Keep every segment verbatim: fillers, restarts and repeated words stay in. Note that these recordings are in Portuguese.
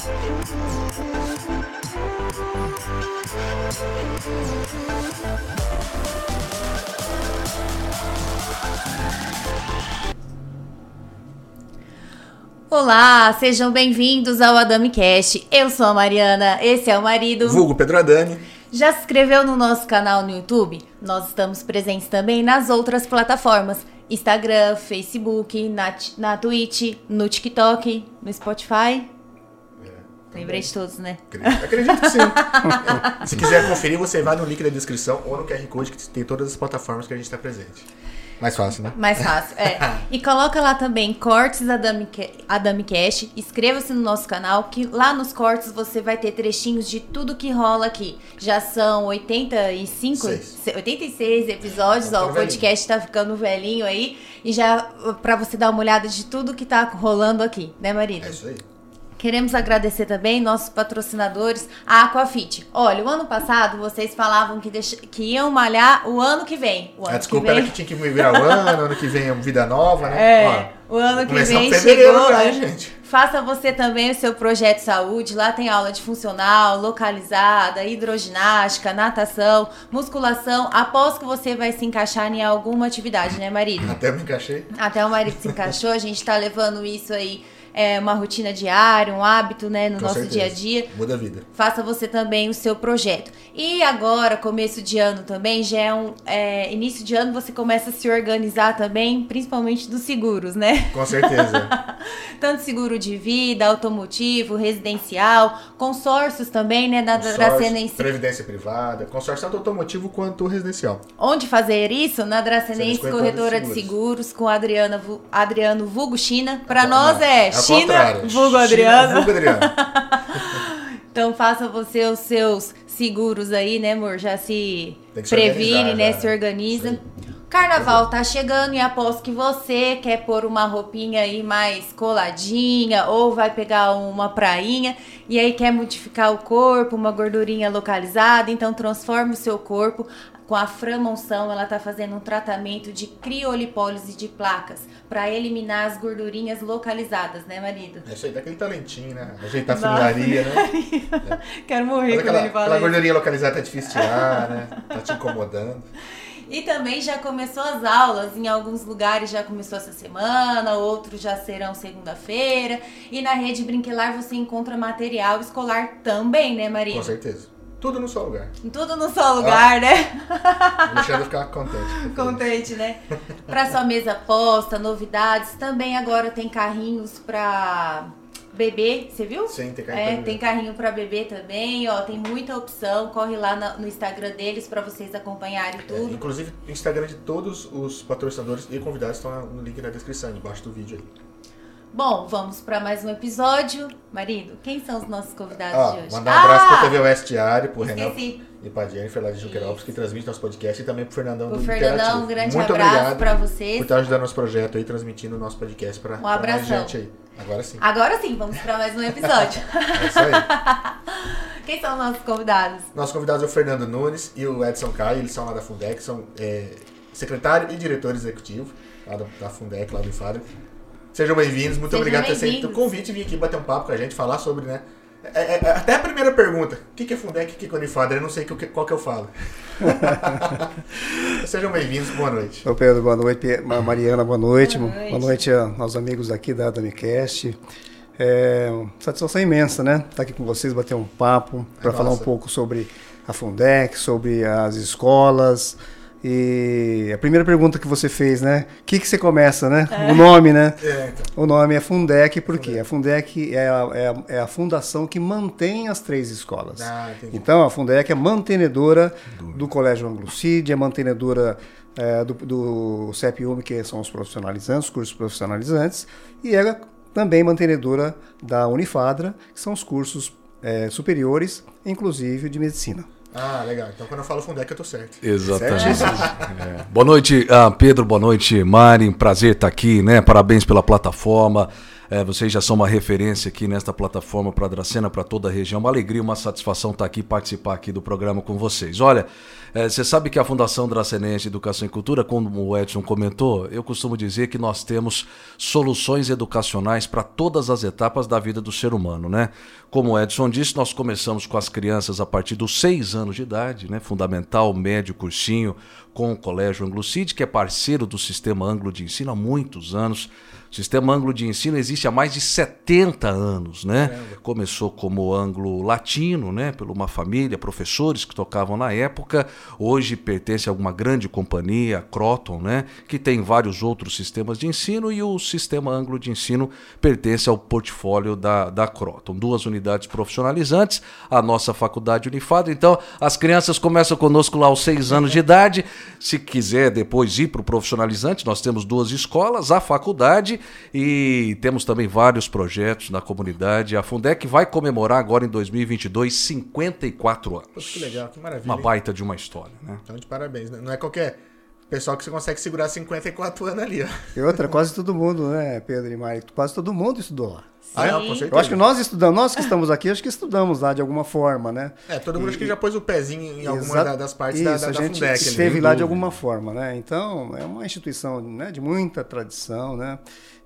Olá, sejam bem-vindos ao AdameCast. Eu sou a Mariana, esse é o marido... Vulgo Pedro Adani. Já se inscreveu no nosso canal no YouTube? Nós estamos presentes também nas outras plataformas. Instagram, Facebook, na, na Twitch, no TikTok, no Spotify. É, Lembrei de todos, né? Acredito, acredito que sim. Se quiser conferir, você vai no link da descrição ou no Q R Code que tem todas as plataformas que a gente está presente. Mais fácil, né? Mais fácil, é. E coloca lá também cortes AdameCast. Inscreva-se no nosso canal, que lá nos cortes você vai ter trechinhos de tudo que rola aqui. Já são oitenta e cinco, Seis. oitenta e seis episódios, tá ó, o podcast velhinho. Tá ficando velhinho aí. E já pra você dar uma olhada de tudo que tá rolando aqui, né, marido? É isso aí. Queremos agradecer também nossos patrocinadores, a Aquafit. Olha, o ano passado vocês falavam que, deixa, que iam malhar o ano que vem. O ano a desculpa que vem... era que tinha que virar o ano, ano que vem é vida nova, né? É, Ó, o ano que vem chegou. Já, gente. Faça você também o seu projeto de saúde. Lá tem aula de funcional, localizada, hidroginástica, natação, musculação. Aposto que você vai se encaixar em alguma atividade, né, marido? Até eu me encaixei. Até o marido se encaixou. A gente tá levando isso aí. É uma rotina diária, um hábito, né, no Com nosso certeza. dia a dia. Muda a vida. Faça você também o seu projeto. E agora, começo de ano também, já é um é, início de ano, você começa a se organizar também, principalmente dos seguros, né? Com certeza. Tanto seguro de vida, automotivo, residencial, consórcios também, né, da Consórcio, Dracenense. Previdência privada, consórcio tanto automotivo quanto residencial. Onde fazer isso? Na Dracenense Corretora de Seguros, com a Adriana, Adriano Vulgo China. Para nós é, é China, Vulgo Adriano. Vulgo Adriano. Então faça você os seus seguros aí, né, amor? Já se, se previne, né? já. Se organiza. Carnaval tá chegando e aposto que você quer pôr uma roupinha aí mais coladinha ou vai pegar uma prainha e aí quer modificar o corpo, uma gordurinha localizada, então transforme o seu corpo. Com a Framonção, ela tá fazendo um tratamento de criolipólise de placas para eliminar as gordurinhas localizadas, né, marido? É isso aí, dá aquele talentinho, né? Ajeitar a funilaria, né? É. Quero morrer Mas quando aquela, ele fala aquela isso. gordurinha localizada tá difícil tirar, né? Tá te incomodando. E também já começou as aulas, em alguns lugares já começou essa semana, outros já serão segunda-feira. E na Rede Brinquelar você encontra material escolar também, né, Maria? Com certeza. Tudo no só lugar. Tudo no só lugar, ah, né? Deixando ficar contente. Contente, né? Pra sua mesa posta, novidades. Também agora tem carrinhos pra bebê, você viu? Sim, tem carrinho é, pra tem carrinho pra bebê também, ó, tem muita opção. Corre lá no Instagram deles pra vocês acompanharem tudo. É, inclusive, o Instagram de todos os patrocinadores e convidados estão no link na descrição, embaixo do vídeo aí. Bom, vamos para mais um episódio. Marido, quem são os nossos convidados ah, de hoje? Mandar um abraço ah, pro T V Oeste Diário, pro Renan e pra Jennifer lá de Juquerópolis, que transmite nosso podcast, e também pro Fernandão pro do Fernandão, Interativo. um grande Muito abraço para vocês. Por estar ajudando nosso projeto aí, transmitindo o nosso podcast pra, um pra abração. mais gente aí. Agora sim. Agora sim, vamos para mais um episódio. É isso aí. Quem são os nossos convidados? Nossos convidados é o Fernando Nunes e o Edson Caio, eles são lá da Fundec, são é, secretário e diretor executivo lá da, da Fundec, lá do IFADA. Sejam bem-vindos, muito Sejam obrigado por ter bem-vindos. aceito o convite e vir aqui bater um papo com a gente, falar sobre, né? É, é, até a primeira pergunta, o que, que é Fundec, o que, que é Unifadra? Eu não sei que, qual que eu falo. Sejam bem-vindos, boa noite. Ô Pedro, boa noite. Mariana, boa noite. Boa noite, boa noite aos amigos aqui da AdameCast. É uma satisfação imensa, né? Estar aqui com vocês, bater um papo, para falar um pouco sobre a Fundec, sobre as escolas. E a primeira pergunta que você fez, né? O que, que você começa, né? É. O nome, né? É, então. O nome é Fundec, por quê? A Fundec é a, é, a, é a fundação que mantém as três escolas. Ah, então, a Fundec é mantenedora do Colégio Anglo-Cid, é mantenedora é, do, do C E P U M, que são os profissionalizantes, os cursos profissionalizantes, e é também mantenedora da Unifadra, que são os cursos é, superiores, inclusive de medicina. Ah, legal. Então quando eu falo Fundec eu tô certo. Exatamente. É. Boa noite, ah, Pedro, boa noite, Mari. Prazer estar aqui, né? Parabéns pela plataforma. É, vocês já são uma referência aqui nesta plataforma para a Dracena, para toda a região. Uma alegria, uma satisfação estar aqui, participar aqui do programa com vocês. Olha, é, você sabe que a Fundação Dracenense Educação e Cultura, como o Edson comentou, eu costumo dizer que nós temos soluções educacionais para todas as etapas da vida do ser humano, né? Como o Edson disse, nós começamos com as crianças a partir dos seis anos de idade, né? Fundamental, médio, cursinho, com o Colégio Anglo-Cid, que é parceiro do Sistema Anglo de Ensino há muitos anos. O Sistema Anglo de Ensino existe há mais de setenta anos, né? É. Começou como anglo-latino, né? Por uma família, professores que tocavam na época. Hoje pertence a uma grande companhia, a Croton, né? Que tem vários outros sistemas de ensino, e o Sistema Anglo de Ensino pertence ao portfólio da, da Croton. Duas unidades profissionalizantes, a nossa faculdade Unifadra. Então, as crianças começam conosco lá aos seis anos de idade. Se quiser depois ir para o profissionalizante, nós temos duas escolas, a faculdade, e temos também vários projetos na comunidade. A Fundec vai comemorar agora em dois mil e vinte e dois cinquenta e quatro anos. Poxa, que legal, que maravilha. Uma baita de uma história, né? Então, de parabéns. Não é qualquer pessoal que você consegue segurar cinquenta e quatro anos ali, ó. E outra, quase todo mundo, né, Pedro e Mari? Quase todo mundo estudou lá. Ah, não, com certeza. Eu acho que nós estudamos, nós que estamos aqui, acho que estudamos lá de alguma forma, né? É, todo mundo e, acho que já pôs o pezinho em alguma exa- das partes isso, da, da, a da gente Fundec. esteve lá de alguma forma, né? Então, é uma instituição, né, de muita tradição, né?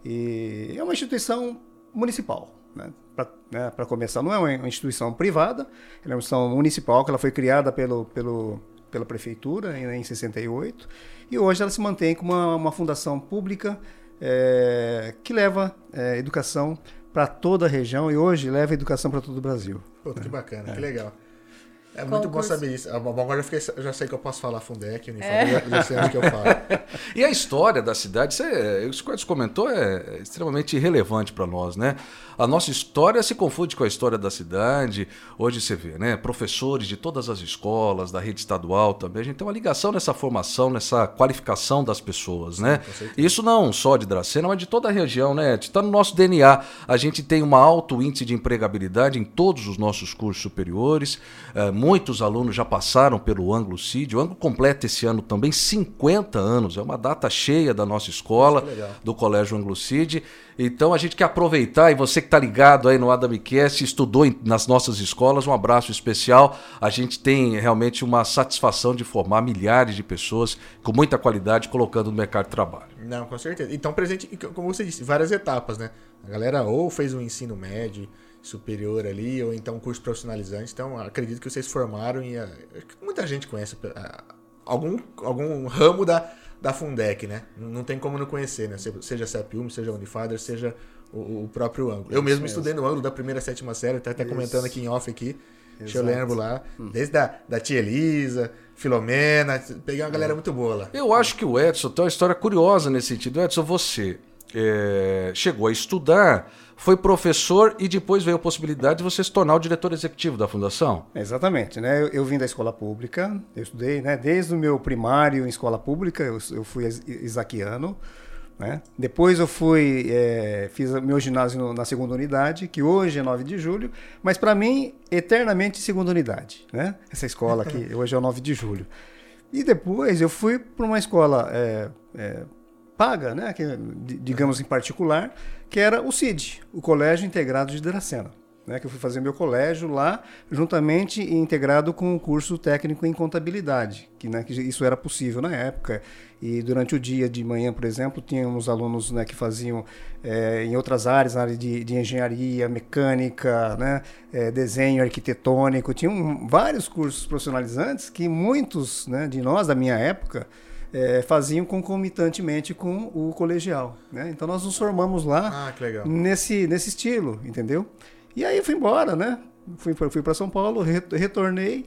E é uma instituição municipal, né? Para né, para começar, não é uma instituição privada, ela é uma instituição municipal, que ela foi criada pelo, pelo, pela prefeitura em, em sessenta e oito, e hoje ela se mantém como uma, uma fundação pública é, que leva é, educação para toda a região, e hoje leva educação para todo o Brasil. Pô, que bacana, é. que legal. É muito Concurso. bom saber isso. Ah, bom, agora eu fiquei, já sei que eu posso falar Fundec, Unifadra, É. já, já sei onde que eu falo. E a história da cidade, isso, é, isso que o Edson comentou, é extremamente relevante para nós, né? A nossa história se confunde com a história da cidade. Hoje você vê, né? Professores de todas as escolas, da rede estadual também. A gente tem uma ligação nessa formação, nessa qualificação das pessoas, né? Isso não só de Dracena, mas de toda a região, né? Está no nosso D N A. A gente tem um alto índice de empregabilidade em todos os nossos cursos superiores. É, muitos alunos já passaram pelo Anglo-Cid. O Anglo completa esse ano também cinquenta anos. É uma data cheia da nossa escola, do Colégio Anglo-Cid. Então a gente quer aproveitar, e você que está ligado aí no AdamiCast, estudou em, nas nossas escolas, um abraço especial. A gente tem realmente uma satisfação de formar milhares de pessoas com muita qualidade, colocando no mercado de trabalho. Não, com certeza. Então, presente, como você disse, várias etapas, né? A galera ou fez um ensino médio, superior ali, ou então um curso profissionalizante. Então, acredito que vocês formaram, e a, muita gente conhece a, algum, algum ramo da, da Fundec, né? Não tem como não conhecer, né? Seja a CEPUM, seja a Unifadra, seja o, o próprio Anglo. Eu mesmo Isso estudei no Anglo da primeira à sétima série, até, até comentando aqui em off aqui. Exato. Eu lembro lá, desde a da tia Elisa, Filomena, peguei uma galera muito boa lá. Eu acho que o Edson tem uma história curiosa nesse sentido. Edson, você é, chegou a estudar, foi professor, e depois veio a possibilidade de você se tornar o diretor executivo da fundação? Exatamente, né? Eu, eu vim da escola pública, eu estudei, né? Desde o meu primário em escola pública, eu, eu fui isaquiano, né? Depois eu fui, é, fiz meu ginásio no, na segunda unidade, que hoje é nove de julho, mas para mim, eternamente segunda unidade, né? Essa escola aqui, hoje é o nove de julho. E depois eu fui para uma escola é, é, paga, né? Que, digamos em particular, que era o C I D, o Colégio Integrado de Dracena, né? Que eu fui fazer meu colégio lá, juntamente e integrado com o curso técnico em contabilidade, que, né, que isso era possível na época. E durante o dia de manhã, por exemplo, tínhamos alunos, né, que faziam é, em outras áreas, na área de, de engenharia, mecânica, né, é, desenho arquitetônico, tinham vários cursos profissionalizantes que muitos, né, de nós, da minha época, É, faziam concomitantemente com o colegial, né? Então nós nos formamos lá ah, que legal. Nesse, nesse estilo, entendeu? E aí eu fui embora, né? Fui, fui para São Paulo, retornei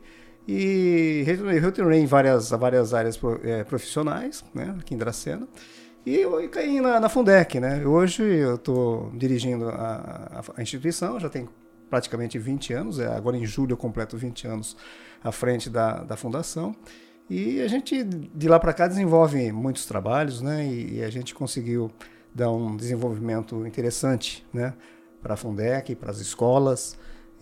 e retornei, retornei em várias, várias áreas é, profissionais, né? Aqui em Dracena. E eu caí na, na Fundec, né? Hoje eu estou dirigindo a, a, a instituição, já tem praticamente vinte anos, agora em julho eu completo vinte anos à frente da, da fundação. E a gente, de lá para cá, desenvolve muitos trabalhos, né? E, e a gente conseguiu dar um desenvolvimento interessante, né? Para a Fundec, para as escolas,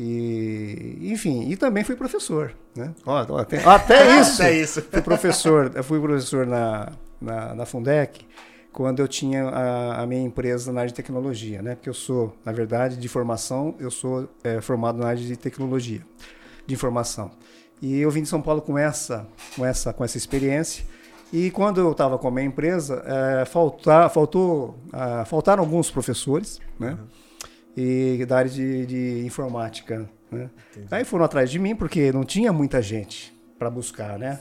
e, enfim, e também fui professor, né? Ó, ó, até, até isso! Até isso. Fui professor, eu fui professor na, na, na Fundec, quando eu tinha a, a minha empresa na área de tecnologia, né? Porque eu sou, na verdade, de formação, eu sou é, formado na área de tecnologia, de informação. E eu vim de São Paulo com essa, com essa, com essa experiência. E quando eu estava com a minha empresa, é, faltar, faltou, ah, faltaram alguns professores, né? Uhum. E da área de, de informática, né? Aí foram atrás de mim porque não tinha muita gente para buscar, né?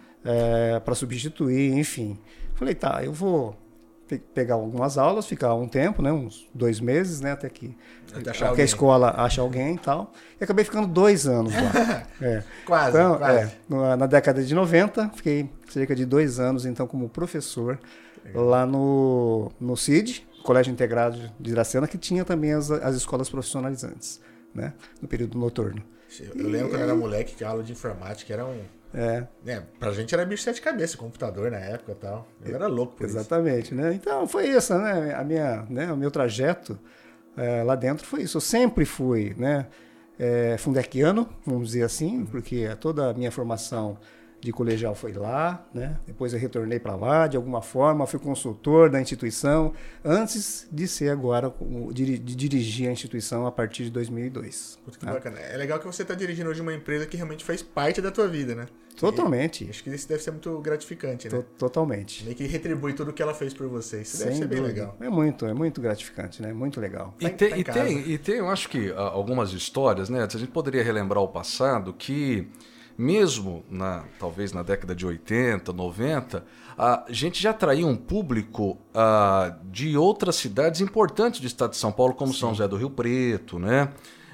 É, para substituir, enfim. Falei, tá, eu vou pegar algumas aulas, ficar um tempo, né, uns dois meses, né, até que, até que a escola ache alguém e tal. E acabei ficando dois anos lá. É. Quase, então, quase. É, na década de noventa, fiquei cerca de dois anos, então, como professor Legal. lá no, no C I D, Colégio Integrado de Dracena, que tinha também as, as escolas profissionalizantes, né, no período noturno. Eu lembro e, quando eu era moleque, que a aula de informática era um... É. É, pra gente era bicho de sete cabeças, computador na época e tal. Eu era louco por Exatamente, isso. né? Então foi isso, né? A minha, né? O meu trajeto é, lá dentro foi isso. Eu sempre fui, né? É, fundequiano, vamos dizer assim, porque toda a minha formação de colegial foi lá, né? Depois eu retornei para lá, de alguma forma, fui consultor da instituição, antes de ser agora, de, de dirigir a instituição a partir de dois mil e dois. Muito né? bacana. É legal que você está dirigindo hoje uma empresa que realmente faz parte da tua vida, né? Totalmente. E acho que isso deve ser muito gratificante, né? Totalmente. Meio que retribui tudo o que ela fez por você. Isso Sem deve ser bem dúvida. legal. É muito, é muito gratificante, né? Muito legal. E, tem, tá e, tem, e tem, eu acho que algumas histórias, né? A gente poderia relembrar o passado que... Mesmo, na, talvez na década de oitenta, noventa, a gente já atraía um público a, de outras cidades importantes do estado de São Paulo, como Sim. São José do Rio Preto, né?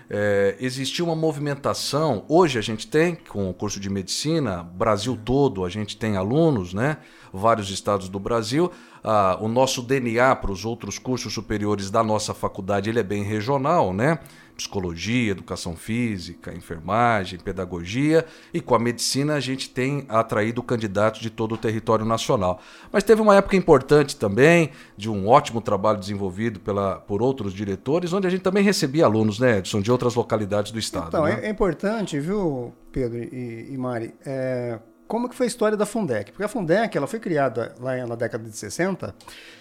É, existia uma movimentação, hoje a gente tem, com o curso de medicina, Brasil todo, a gente tem alunos, né? Vários estados do Brasil. Ah, o nosso D N A para os outros cursos superiores da nossa faculdade ele é bem regional, né? Psicologia, educação física, enfermagem, pedagogia, e com a medicina a gente tem atraído candidatos de todo o território nacional. Mas teve uma época importante também, de um ótimo trabalho desenvolvido pela, por outros diretores, onde a gente também recebia alunos, né, Edson, de outras localidades do estado. Então, né? é, é importante, viu, Pedro e, e Mari, é, como que foi a história da Fundec? Porque a Fundec ela foi criada lá na década de sessenta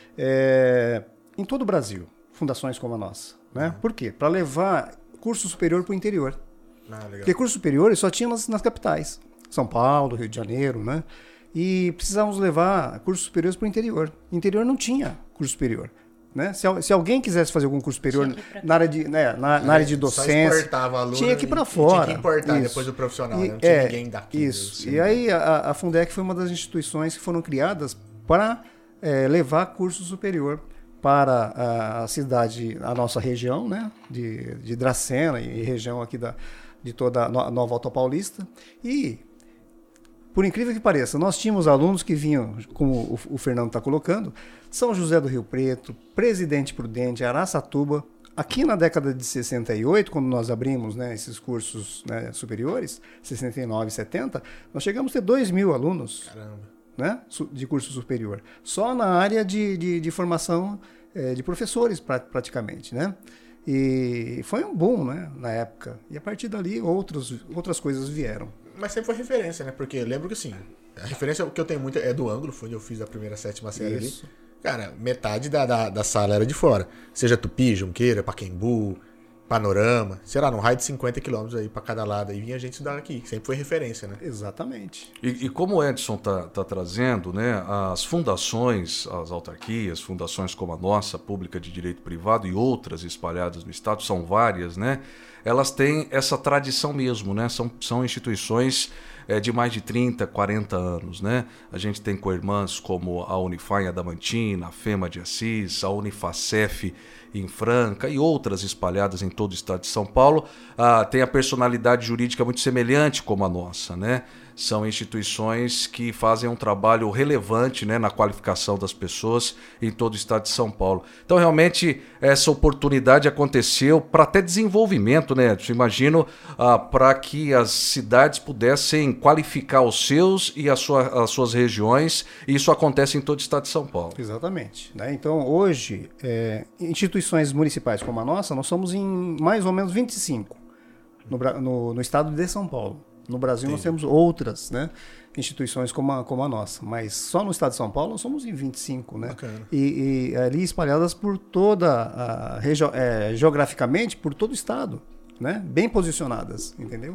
é, em todo o Brasil, fundações como a nossa. Né? Por quê? Para levar curso superior para o interior. Ah, legal. Porque curso superior só tinha nas, nas capitais. São Paulo, Rio de Janeiro, né? E precisávamos levar cursos superiores para o interior. O interior não tinha curso superior. Né? Se, se alguém quisesse fazer algum curso superior na área de, né, na, na área de docência, aluno, tinha que ir para fora. Tinha que importar isso. depois do profissional, e, né? Não tinha é, ninguém daqui. Isso. E aí a, a Fundec foi uma das instituições que foram criadas para é, levar curso superior para a, a cidade, a nossa região, né, de, de Dracena e região aqui da, de toda a Nova Alta Paulista. E, por incrível que pareça, nós tínhamos alunos que vinham, como o, o Fernando está colocando, São José do Rio Preto, Presidente Prudente, Araçatuba. Aqui na década de sessenta e oito, quando nós abrimos, né, esses cursos, né, superiores, sessenta e nove, setenta, nós chegamos a ter dois mil alunos. Caramba. Né, de curso superior, só na área de, de, de formação é, de professores pra, praticamente, né? E foi um boom, né, na época. E a partir dali outros, outras coisas vieram. Mas sempre foi referência, né? Porque eu lembro que assim, a referência que eu tenho muito é do ângulo, foi onde eu fiz a primeira sétima série Isso. ali. Cara, metade da, da, da sala era de fora. Seja Tupi, Junqueira, Pacaembu, Panorama, sei lá, num raio de cinquenta quilômetros aí pra cada lado. E vinha gente estudar aqui, sempre foi referência, né? Exatamente. E, e como o Edson tá, tá trazendo, né, as fundações, as autarquias, fundações como a nossa, pública de direito privado e outras espalhadas no estado, são várias, né? Elas têm essa tradição mesmo, né? São, são instituições é, de mais de trinta, quarenta anos, né? A gente tem co-irmãs como a Unifam em Adamantina, a FEMA de Assis, a Unifacef em Franca e outras espalhadas em todo o estado de São Paulo, ah, tem a personalidade jurídica muito semelhante como a nossa, né? São instituições que fazem um trabalho relevante, né, na qualificação das pessoas em todo o estado de São Paulo. Então, realmente, essa oportunidade aconteceu para até desenvolvimento, né, Edson? Imagino, ah, para que as cidades pudessem qualificar os seus e a sua, as suas regiões, e isso acontece em todo o estado de São Paulo. Exatamente. Né? Então, hoje, é, instituições municipais como a nossa, nós somos em mais ou menos vinte e cinco no, no, no estado de São Paulo. No Brasil Entendi. Nós temos outras, né, instituições como a, como a nossa, mas só no estado de São Paulo nós somos em vinte e cinco, né? E, e ali espalhadas por toda a regio, é, geograficamente por todo o estado, né? Bem posicionadas, entendeu?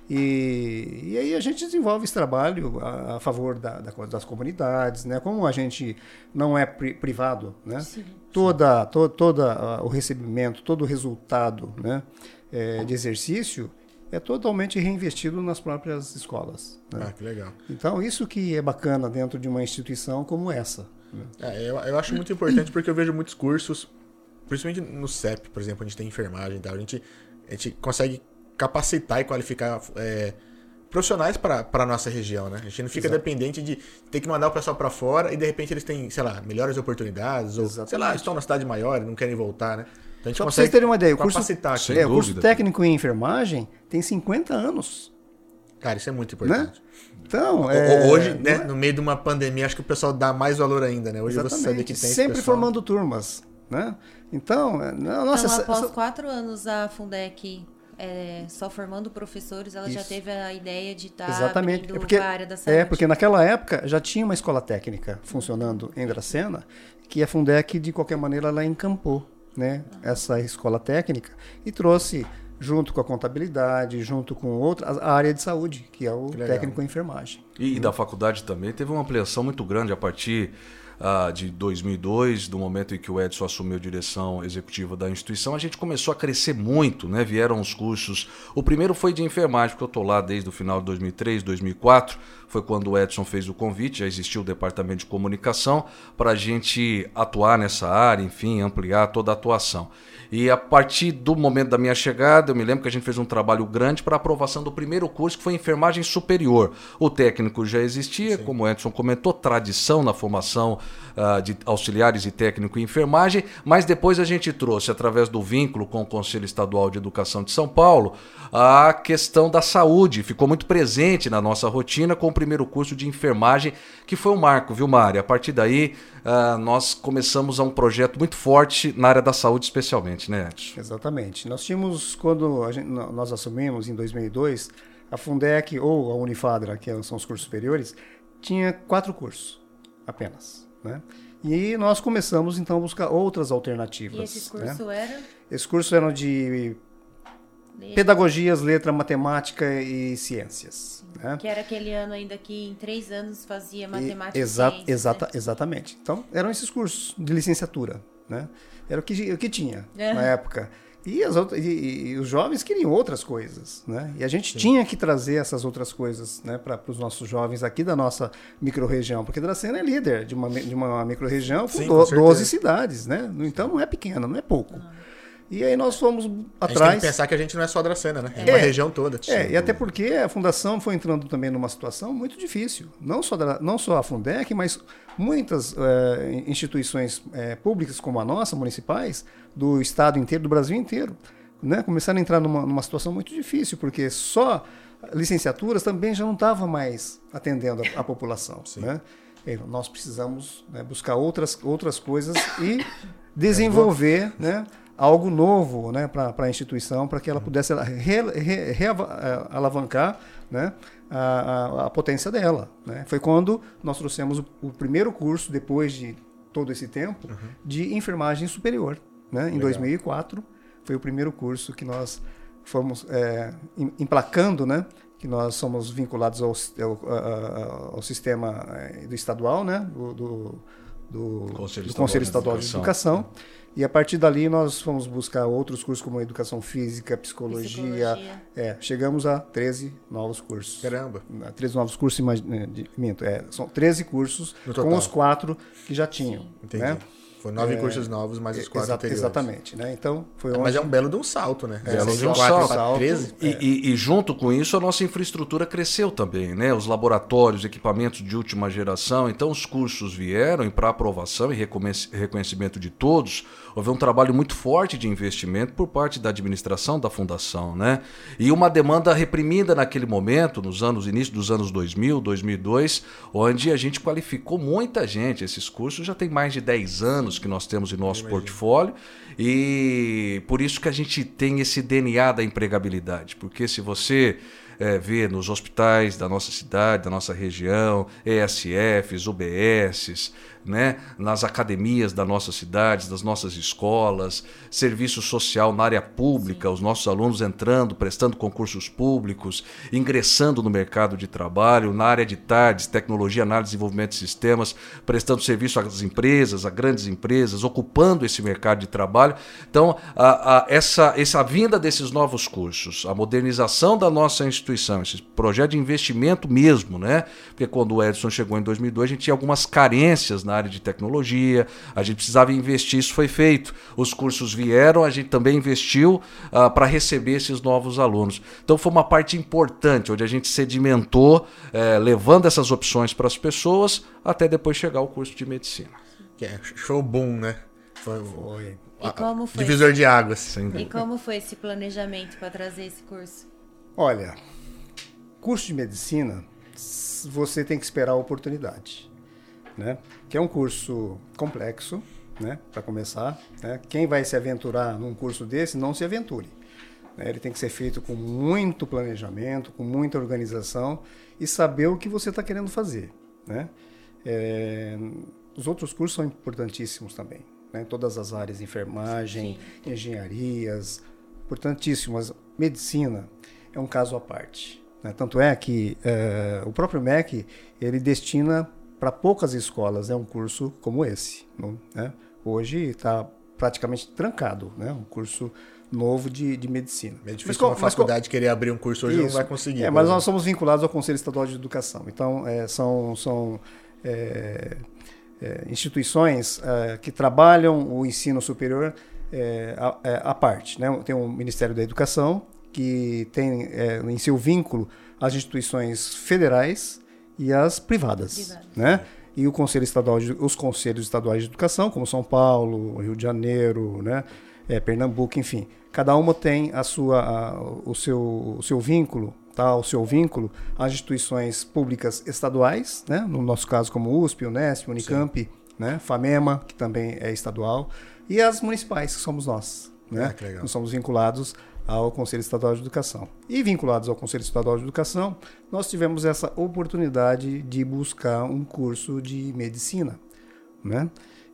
E, e aí a gente desenvolve esse trabalho a, a favor da, da, das comunidades, né? Como a gente não é pri, privado, né? Sim. Toda, to, toda o recebimento, todo o resultado, né, é, de exercício é totalmente reinvestido nas próprias escolas. Né? Ah, que legal. Então, isso que é bacana dentro de uma instituição como essa. Né? É, eu, eu acho muito importante porque eu vejo muitos cursos, principalmente no C E P, por exemplo, a gente tem enfermagem e tal, a gente, a gente consegue capacitar e qualificar é, profissionais para a nossa região, né? A gente não fica Exato. dependente de ter que mandar o pessoal para fora e de repente eles têm, sei lá, melhores oportunidades, ou Exatamente. sei lá, estão na cidade maior e não querem voltar, né? Então a gente Só para vocês terem uma ideia, o curso, aqui. É, o curso técnico em enfermagem tem cinquenta anos. Cara, isso é muito importante. Né? Então, é, hoje, né, é... no meio de uma pandemia, acho que o pessoal dá mais valor ainda, né? Hoje Exatamente. Você sabe que tem sempre formando turmas, né? Então, não, nossa, então após essa... quatro anos a Fundec é, só formando professores, ela Isso. já teve a ideia de estar tá Exatamente. É porque, a área da saúde. É, porque naquela época já tinha uma escola técnica funcionando em Dracena, que a Fundec, de qualquer maneira, ela encampou, né, essa escola técnica e trouxe, junto com a contabilidade, junto com outra, a área de saúde, que é o que técnico em enfermagem. E, e da faculdade também teve uma ampliação muito grande a partir uh, de dois mil e dois, do momento em que o Edson assumiu a direção executiva da instituição. A gente começou a crescer muito, né? Vieram os cursos. O primeiro foi de enfermagem, porque eu estou lá desde o final de dois mil e três, dois mil e quatro. Foi quando o Edson fez o convite, já existia o departamento de comunicação para a gente atuar nessa área, enfim, ampliar toda a atuação. E a partir do momento da minha chegada, eu me lembro que a gente fez um trabalho grande para a aprovação do primeiro curso, que foi enfermagem superior. O técnico já existia, Sim. como o Edson comentou, tradição na formação uh, de auxiliares e técnico em enfermagem, mas depois a gente trouxe, através do vínculo com o Conselho Estadual de Educação de São Paulo, a questão da saúde. Ficou muito presente na nossa rotina com o primeiro curso de enfermagem, que foi um marco, viu, Mari? A partir daí, uh, nós começamos a um projeto muito forte na área da saúde, especialmente, né, Edson? Exatamente. Nós tínhamos, quando a gente, nós assumimos em dois mil e dois, a Fundec ou a Unifadra, que são os cursos superiores, tinha quatro cursos apenas, né? E nós começamos, então, a buscar outras alternativas. E esses cursos né? eram? Esses cursos eram de Letra. pedagogias, letra, matemática e ciências. Né? Que era aquele ano ainda que em três anos fazia matemática e, exa- e ciências. Exata, né? Exatamente. Então, eram esses cursos de licenciatura, né? Era o que, o que tinha é. na época. E, as outras, e, e os jovens queriam outras coisas, né? E a gente Sim. tinha que trazer essas outras coisas, né, para os nossos jovens aqui da nossa microrregião, porque Dracena é líder de uma, de uma microrregião com, Sim, do, com doze cidades, né? Então não é pequena, não é pouco. Não. E aí nós fomos atrás... A gente tem que pensar que a gente não é só Dracena, né? É, é uma região toda. É, e até porque a Fundação foi entrando também numa situação muito difícil. Não só, da, não só a Fundec, mas muitas é, instituições é, públicas como a nossa, municipais, do estado inteiro, do Brasil inteiro, né? Começaram a entrar numa, numa situação muito difícil, porque só licenciaturas também já não estavam mais atendendo a, a população. Né? E nós precisamos, né, buscar outras, outras coisas e desenvolver... né, algo novo, né, para a instituição, para que ela pudesse realavancar, né, a, a, a potência dela. Né? Foi quando nós trouxemos o, o primeiro curso, depois de todo esse tempo, uhum. de enfermagem superior. Né? Em Legal. dois mil e quatro, foi o primeiro curso que nós fomos é, emplacando, né, que nós somos vinculados ao, ao, ao sistema do estadual, né, do, do, do Conselho, do Conselho Estadual de Educação. De Educação. E a partir dali nós fomos buscar outros cursos como educação física, psicologia. psicologia. É, chegamos a treze novos cursos. Caramba. treze novos cursos, de, minto, é, são treze cursos com os quatro que já tinham. Sim. Entendi. Né? Foi nove é, cursos novos, mais os quatro exa- anteriores. Exatamente. Né? Então, foi é, onde... Mas é um belo de um salto, né? É, é de um quatro para treze. E, é. e, e junto com isso, a nossa infraestrutura cresceu também, né? Os laboratórios, equipamentos de última geração. Então, os cursos vieram e para aprovação e reconhecimento de todos, houve um trabalho muito forte de investimento por parte da administração da Fundação, né? E uma demanda reprimida naquele momento, nos anos início dos anos dois mil, dois mil e dois, onde a gente qualificou muita gente. Esses cursos já tem mais de dez anos que nós temos em nosso portfólio, e por isso que a gente tem esse D N A da empregabilidade, porque se você é, vê nos hospitais da nossa cidade, da nossa região, E S Fs, U B Ss, né, nas academias das nossas cidades, das nossas escolas, serviço social na área pública, Sim. os nossos alunos entrando, prestando concursos públicos, ingressando no mercado de trabalho, na área de tardes, tecnologia, análise e desenvolvimento de sistemas, prestando serviço às empresas, a grandes empresas, ocupando esse mercado de trabalho. Então, a, a, essa, essa vinda desses novos cursos, a modernização da nossa instituição, esse projeto de investimento mesmo, né? Porque quando o Edson chegou em dois mil e dois, a gente tinha algumas carências na área de tecnologia, a gente precisava investir, isso foi feito. Os cursos vieram, a gente também investiu uh, para receber esses novos alunos. Então foi uma parte importante, onde a gente sedimentou, eh, levando essas opções para as pessoas, até depois chegar ao curso de medicina. Que é show boom, né? Foi, foi. E como foi divisor de águas. E como foi esse planejamento para trazer esse curso? Olha, curso de medicina, você tem que esperar a oportunidade, né? Que é um curso complexo, né? Para começar, né? Quem vai se aventurar num curso desse, não se aventure. Né? Ele tem que ser feito com muito planejamento, com muita organização e saber o que você está querendo fazer, né? É, os outros cursos são importantíssimos também, né? Todas as áreas, enfermagem, Sim. engenharias, importantíssimas. Medicina é um caso à parte, né? Tanto é que é, o próprio M E C, ele destina para poucas escolas, é um curso como esse, né? Hoje está praticamente trancado, né? Um curso novo de, de medicina. É difícil mas, uma faculdade mas, querer abrir um curso hoje, isso, não vai conseguir. É, mas nós somos vinculados ao Conselho Estadual de Educação. Então, é, são, são é, é, instituições é, que trabalham o ensino superior é, à, à parte, né? Tem o Ministério da Educação, que tem é, em seu vínculo as instituições federais e as privadas, privadas. Né? E o Conselho Estadual de, os Conselhos Estaduais de Educação, como São Paulo, Rio de Janeiro, né? É, Pernambuco, enfim. Cada uma tem a sua, a, o, seu, o seu vínculo, tá? O seu vínculo às instituições públicas estaduais, né? No nosso caso, como U S P, Unesp, Unicamp, né? FAMEMA, que também é estadual, e as municipais, que somos nós, né? Ah, que legal. Nós somos vinculados ao Conselho Estadual de Educação. E vinculados ao Conselho Estadual de Educação, nós tivemos essa oportunidade de buscar um curso de medicina, né?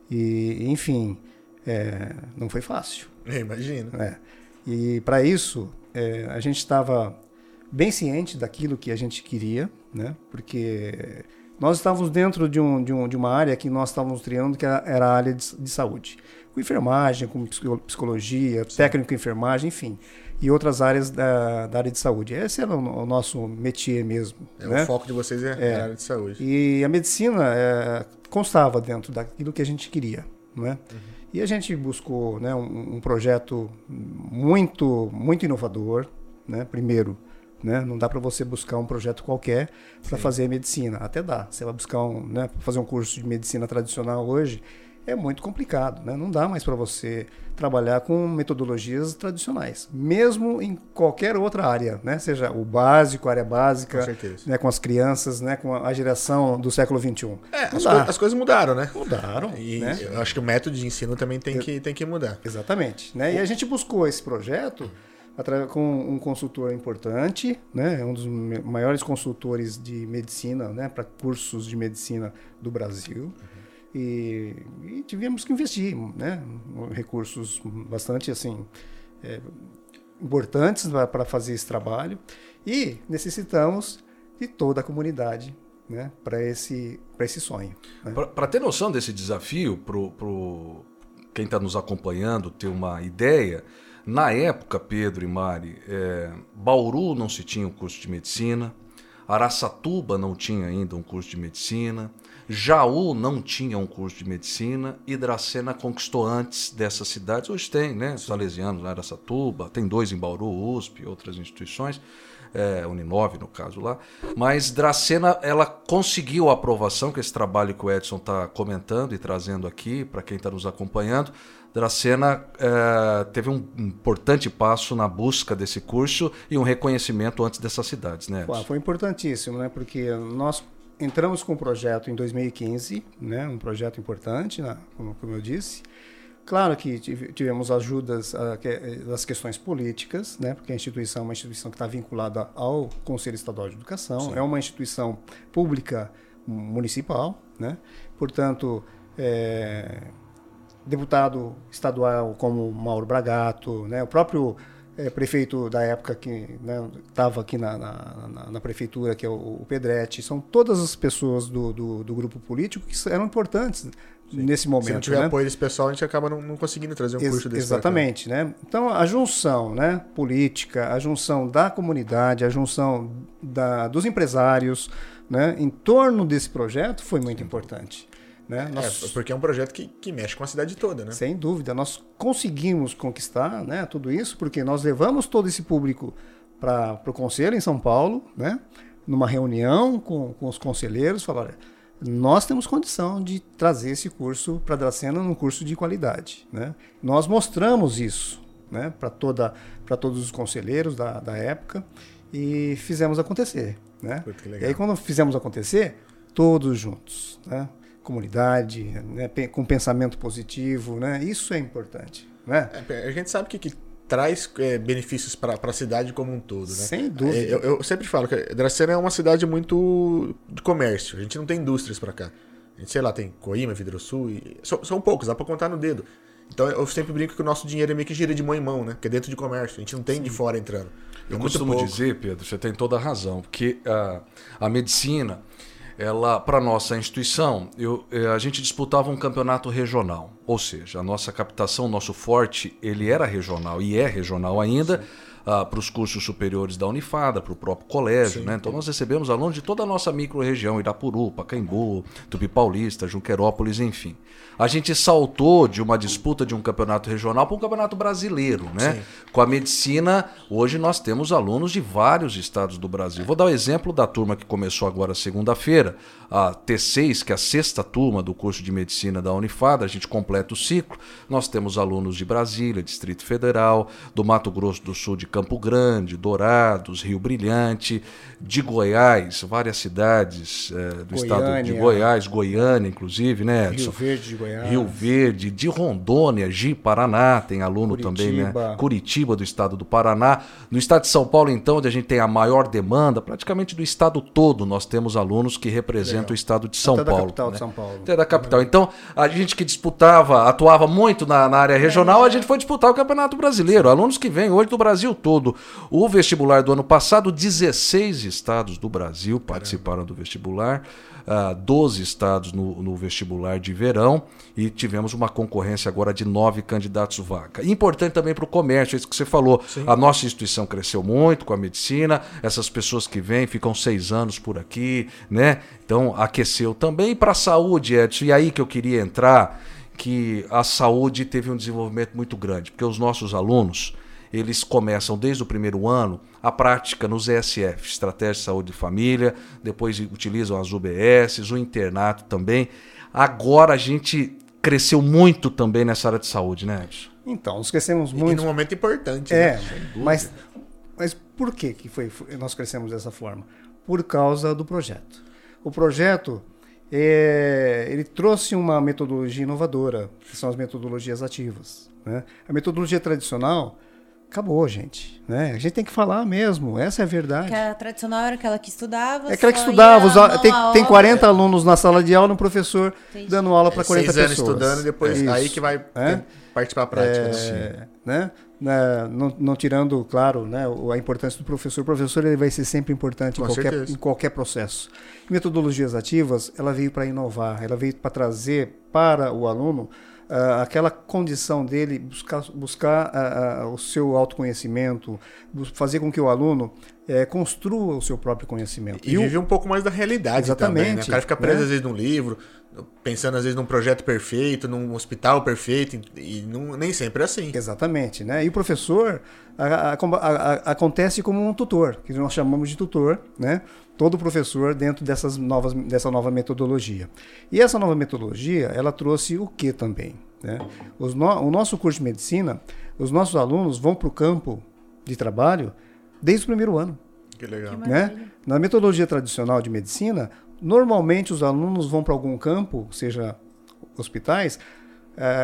E, enfim, é, não foi fácil. Eu imagino. É. E para isso, é, a gente estava bem ciente daquilo que a gente queria, né? Porque nós estávamos dentro de, um, de, um, de uma área que nós estávamos triando, que era, era a área de, de saúde. Com enfermagem, com psicologia, Sim. técnico em enfermagem, enfim. E outras áreas da, da área de saúde. Esse era o, o nosso métier mesmo. É, né? O foco de vocês é, é a área de saúde. E a medicina é, constava dentro daquilo que a gente queria, né? Uhum. E a gente buscou, né, um, um projeto muito, muito inovador, né? Primeiro, né, não dá para você buscar um projeto qualquer para fazer medicina. Até dá. Você vai buscar um, né, fazer um curso de medicina tradicional hoje, é muito complicado, né? Não dá mais para você trabalhar com metodologias tradicionais, mesmo em qualquer outra área, né? Seja o básico, a área básica, com, certeza. Né, com as crianças, né, com a geração do século vinte e um. É, as, co as coisas mudaram, né? Mudaram. E né? eu acho que o método de ensino também tem, que, tem que mudar. Exatamente. Né? E a gente buscou esse projeto com um consultor importante, né? Um dos maiores consultores de medicina, né, para cursos de medicina do Brasil. E, e tivemos que investir, né, recursos bastante assim, é, importantes para fazer esse trabalho, e necessitamos de toda a comunidade, né, para esse, para esse sonho. Né? Para ter noção desse desafio, para quem está nos acompanhando ter uma ideia, na época, Pedro e Mari, é, Bauru não se tinha um curso de medicina, Araçatuba não tinha ainda um curso de medicina, Jaú não tinha um curso de medicina e Dracena conquistou antes dessas cidades. Hoje tem, né? Salesianos lá, Araçatuba, tem dois em Bauru, U S P, outras instituições, é, Uninove no caso lá. Mas Dracena, ela conseguiu a aprovação, que esse trabalho que o Edson está comentando e trazendo aqui para quem está nos acompanhando. Dracena é, teve um importante passo na busca desse curso e um reconhecimento antes dessas cidades, né, Edson? Foi importantíssimo, né? Porque nós entramos com o projeto em dois mil e quinze, né? Um projeto importante, né? como, como eu disse, Claro que tivemos ajudas uh, que, das questões políticas, né? Porque a instituição é uma instituição que está vinculada ao Conselho Estadual de Educação, Sim. é uma instituição pública municipal, né? Portanto, é, deputado estadual como Mauro Bragato, né? O próprio é, prefeito da época que estava, né, aqui na, na, na, na prefeitura, que é o, o Pedretti, são todas as pessoas do, do, do grupo político que eram importantes Sim. nesse momento. Se não tiver né? apoio desse pessoal, a gente acaba não, não conseguindo trazer um Ex- curso desse. Exatamente, né? Então a junção, né, política, a junção da comunidade, a junção da, dos empresários, né, em torno desse projeto foi muito Sim. importante. Né? Nós, é, porque é um projeto que, que mexe com a cidade toda, né? Sem dúvida. Nós conseguimos conquistar, né, tudo isso porque nós levamos todo esse público para o Conselho em São Paulo, né, numa reunião com, com os conselheiros, falaram, nós temos condição de trazer esse curso para a Dracena num curso de qualidade. Né? Nós mostramos isso, né, para toda, para todos os conselheiros da, da época e fizemos acontecer. Né? E aí quando fizemos acontecer, todos juntos, né? Comunidade, né, com pensamento positivo, né? Isso é importante, né? É, a gente sabe que, que traz é, benefícios para a cidade como um todo, né? Sem dúvida. É, eu, eu sempre falo que Dracena é uma cidade muito de comércio. A gente não tem indústrias para cá. A gente, sei lá, tem Coíma, Vidrosul, e são, são poucos, dá para contar no dedo. Então eu sempre brinco que o nosso dinheiro é meio que gira de mão em mão, né? Que é dentro de comércio. A gente não tem Sim. de fora entrando. Eu é costumo dizer, Pedro, você tem toda a razão, porque a, a medicina, ela, para nossa instituição, eu, a gente disputava um campeonato regional, ou seja, a nossa captação, o nosso forte, ele era regional e é regional ainda, uh, para os cursos superiores da Unifada, para o próprio colégio, né? Então nós recebemos alunos de toda a nossa micro-região, Irapuru, Pacaembu, Tupi Paulista, Junquerópolis, enfim. A gente saltou de uma disputa de um campeonato regional para um campeonato brasileiro, né? Sim. Com a medicina, hoje nós temos alunos de vários estados do Brasil. Vou dar o exemplo da turma que começou agora segunda-feira, a T seis, que é a sexta turma do curso de medicina da Unifada, a gente completa o ciclo. Nós temos alunos de Brasília, Distrito Federal, do Mato Grosso do Sul, de Campo Grande, Dourados, Rio Brilhante, de Goiás, várias cidades é, do Goiânia, estado de Goiás, Goiânia, inclusive, né, Edson? Rio Verde de Goiás. Rio Verde, de Rondônia, de Paraná, tem aluno Curitiba. também, né? Curitiba, do estado do Paraná. No estado de São Paulo, então, onde a gente tem a maior demanda, praticamente do estado todo, nós temos alunos que representam Legal. o estado de São Até Paulo. Da capital né? de São Paulo. Até da capital. Então, a gente que disputava, atuava muito na, na área regional, a gente foi disputar o Campeonato Brasileiro. Alunos que vêm hoje do Brasil todo. O vestibular do ano passado, dezesseis estados do Brasil participaram Caramba. do vestibular. Uh, doze estados no, no vestibular de verão e tivemos uma concorrência agora de nove candidatos vaga. Importante também para o comércio, é isso que você falou. Sim. A nossa instituição cresceu muito com a medicina, essas pessoas que vêm ficam seis anos por aqui, né? Então aqueceu também. E para a saúde, Edson, e aí que eu queria entrar, que a saúde teve um desenvolvimento muito grande, porque os nossos alunos, eles começam desde o primeiro ano a prática nos E S F, Estratégia de Saúde de Família, depois utilizam as U B S, o internato também. Agora a gente cresceu muito também nessa área de saúde, né, Edson? Então, nós crescemos muito. E num momento importante. É, né? mas, mas por que, que foi, nós crescemos dessa forma? Por causa do projeto. O projeto, é, ele trouxe uma metodologia inovadora, que são as metodologias ativas. Né? A metodologia tradicional acabou, gente. Né? A gente tem que falar mesmo, essa é a verdade. Que a tradicional era aquela que estudava. É aquela que estudava. Os, tem, tem quarenta alunos na sala de aula, um professor Entendi. dando aula para quarenta Seis pessoas. anos estudando, depois é aí que vai é? partir para a prática. É, né? Né? Não, não tirando, claro, né, a importância do professor. O professor ele vai ser sempre importante em qualquer, em qualquer processo. Metodologias ativas, ela veio para inovar, ela veio para trazer para o aluno Uh, aquela condição dele buscar, buscar uh, uh, o seu autoconhecimento, fazer com que o aluno uh, construa o seu próprio conhecimento. E, e vive o... um pouco mais da realidade. Exatamente, também, né? O cara fica preso, né? às vezes, num livro, pensando, às vezes, num projeto perfeito, num hospital perfeito, e não, nem sempre é assim. Exatamente. Né? E o professor a, a, a, a, acontece como um tutor, que nós chamamos de tutor, né? Todo professor dentro dessas novas, dessa nova metodologia. E essa nova metodologia, ela trouxe o que também? Né? Os no, o nosso curso de medicina, os nossos alunos vão para o campo de trabalho desde o primeiro ano. Que legal. Que né? Na metodologia tradicional de medicina, normalmente os alunos vão para algum campo, seja hospitais, é,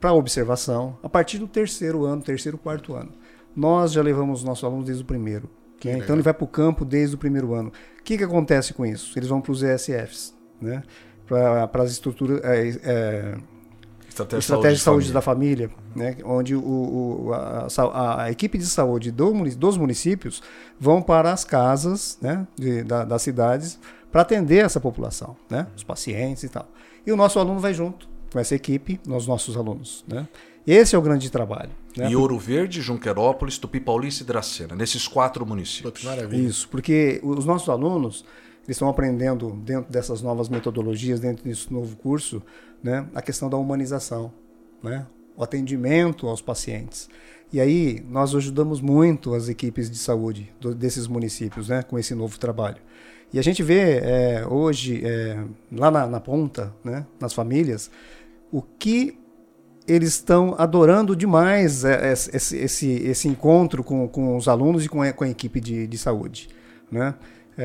para observação, a partir do terceiro ano, terceiro, quarto ano. Nós já levamos os nossos alunos desde o primeiro. Né? Então ele vai para o campo desde o primeiro ano. O que, que acontece com isso? Eles vão para os E S Fs, né? Para as estruturas... É, é, Estratégia, estratégia de saúde, de saúde da família, né? Onde o, o, a, a, a equipe de saúde do, dos municípios vão para as casas, né? de, da, das cidades para atender essa população, né? Os pacientes e tal. E o nosso aluno vai junto com essa equipe, os nossos alunos. Né? Esse é o grande trabalho. Né? E Ouro Verde, Junquerópolis, Tupi Paulista e Dracena, nesses quatro municípios. Maravilha. Isso, porque os nossos alunos eles estão aprendendo dentro dessas novas metodologias, dentro desse novo curso, né, a questão da humanização, né, o atendimento aos pacientes. E aí nós ajudamos muito as equipes de saúde do, desses municípios, né, com esse novo trabalho. E a gente vê é, hoje, é, lá na, na ponta, né, nas famílias, o que eles estão adorando demais é, esse, esse, esse encontro com, com os alunos e com a, com a equipe de, de saúde. Né?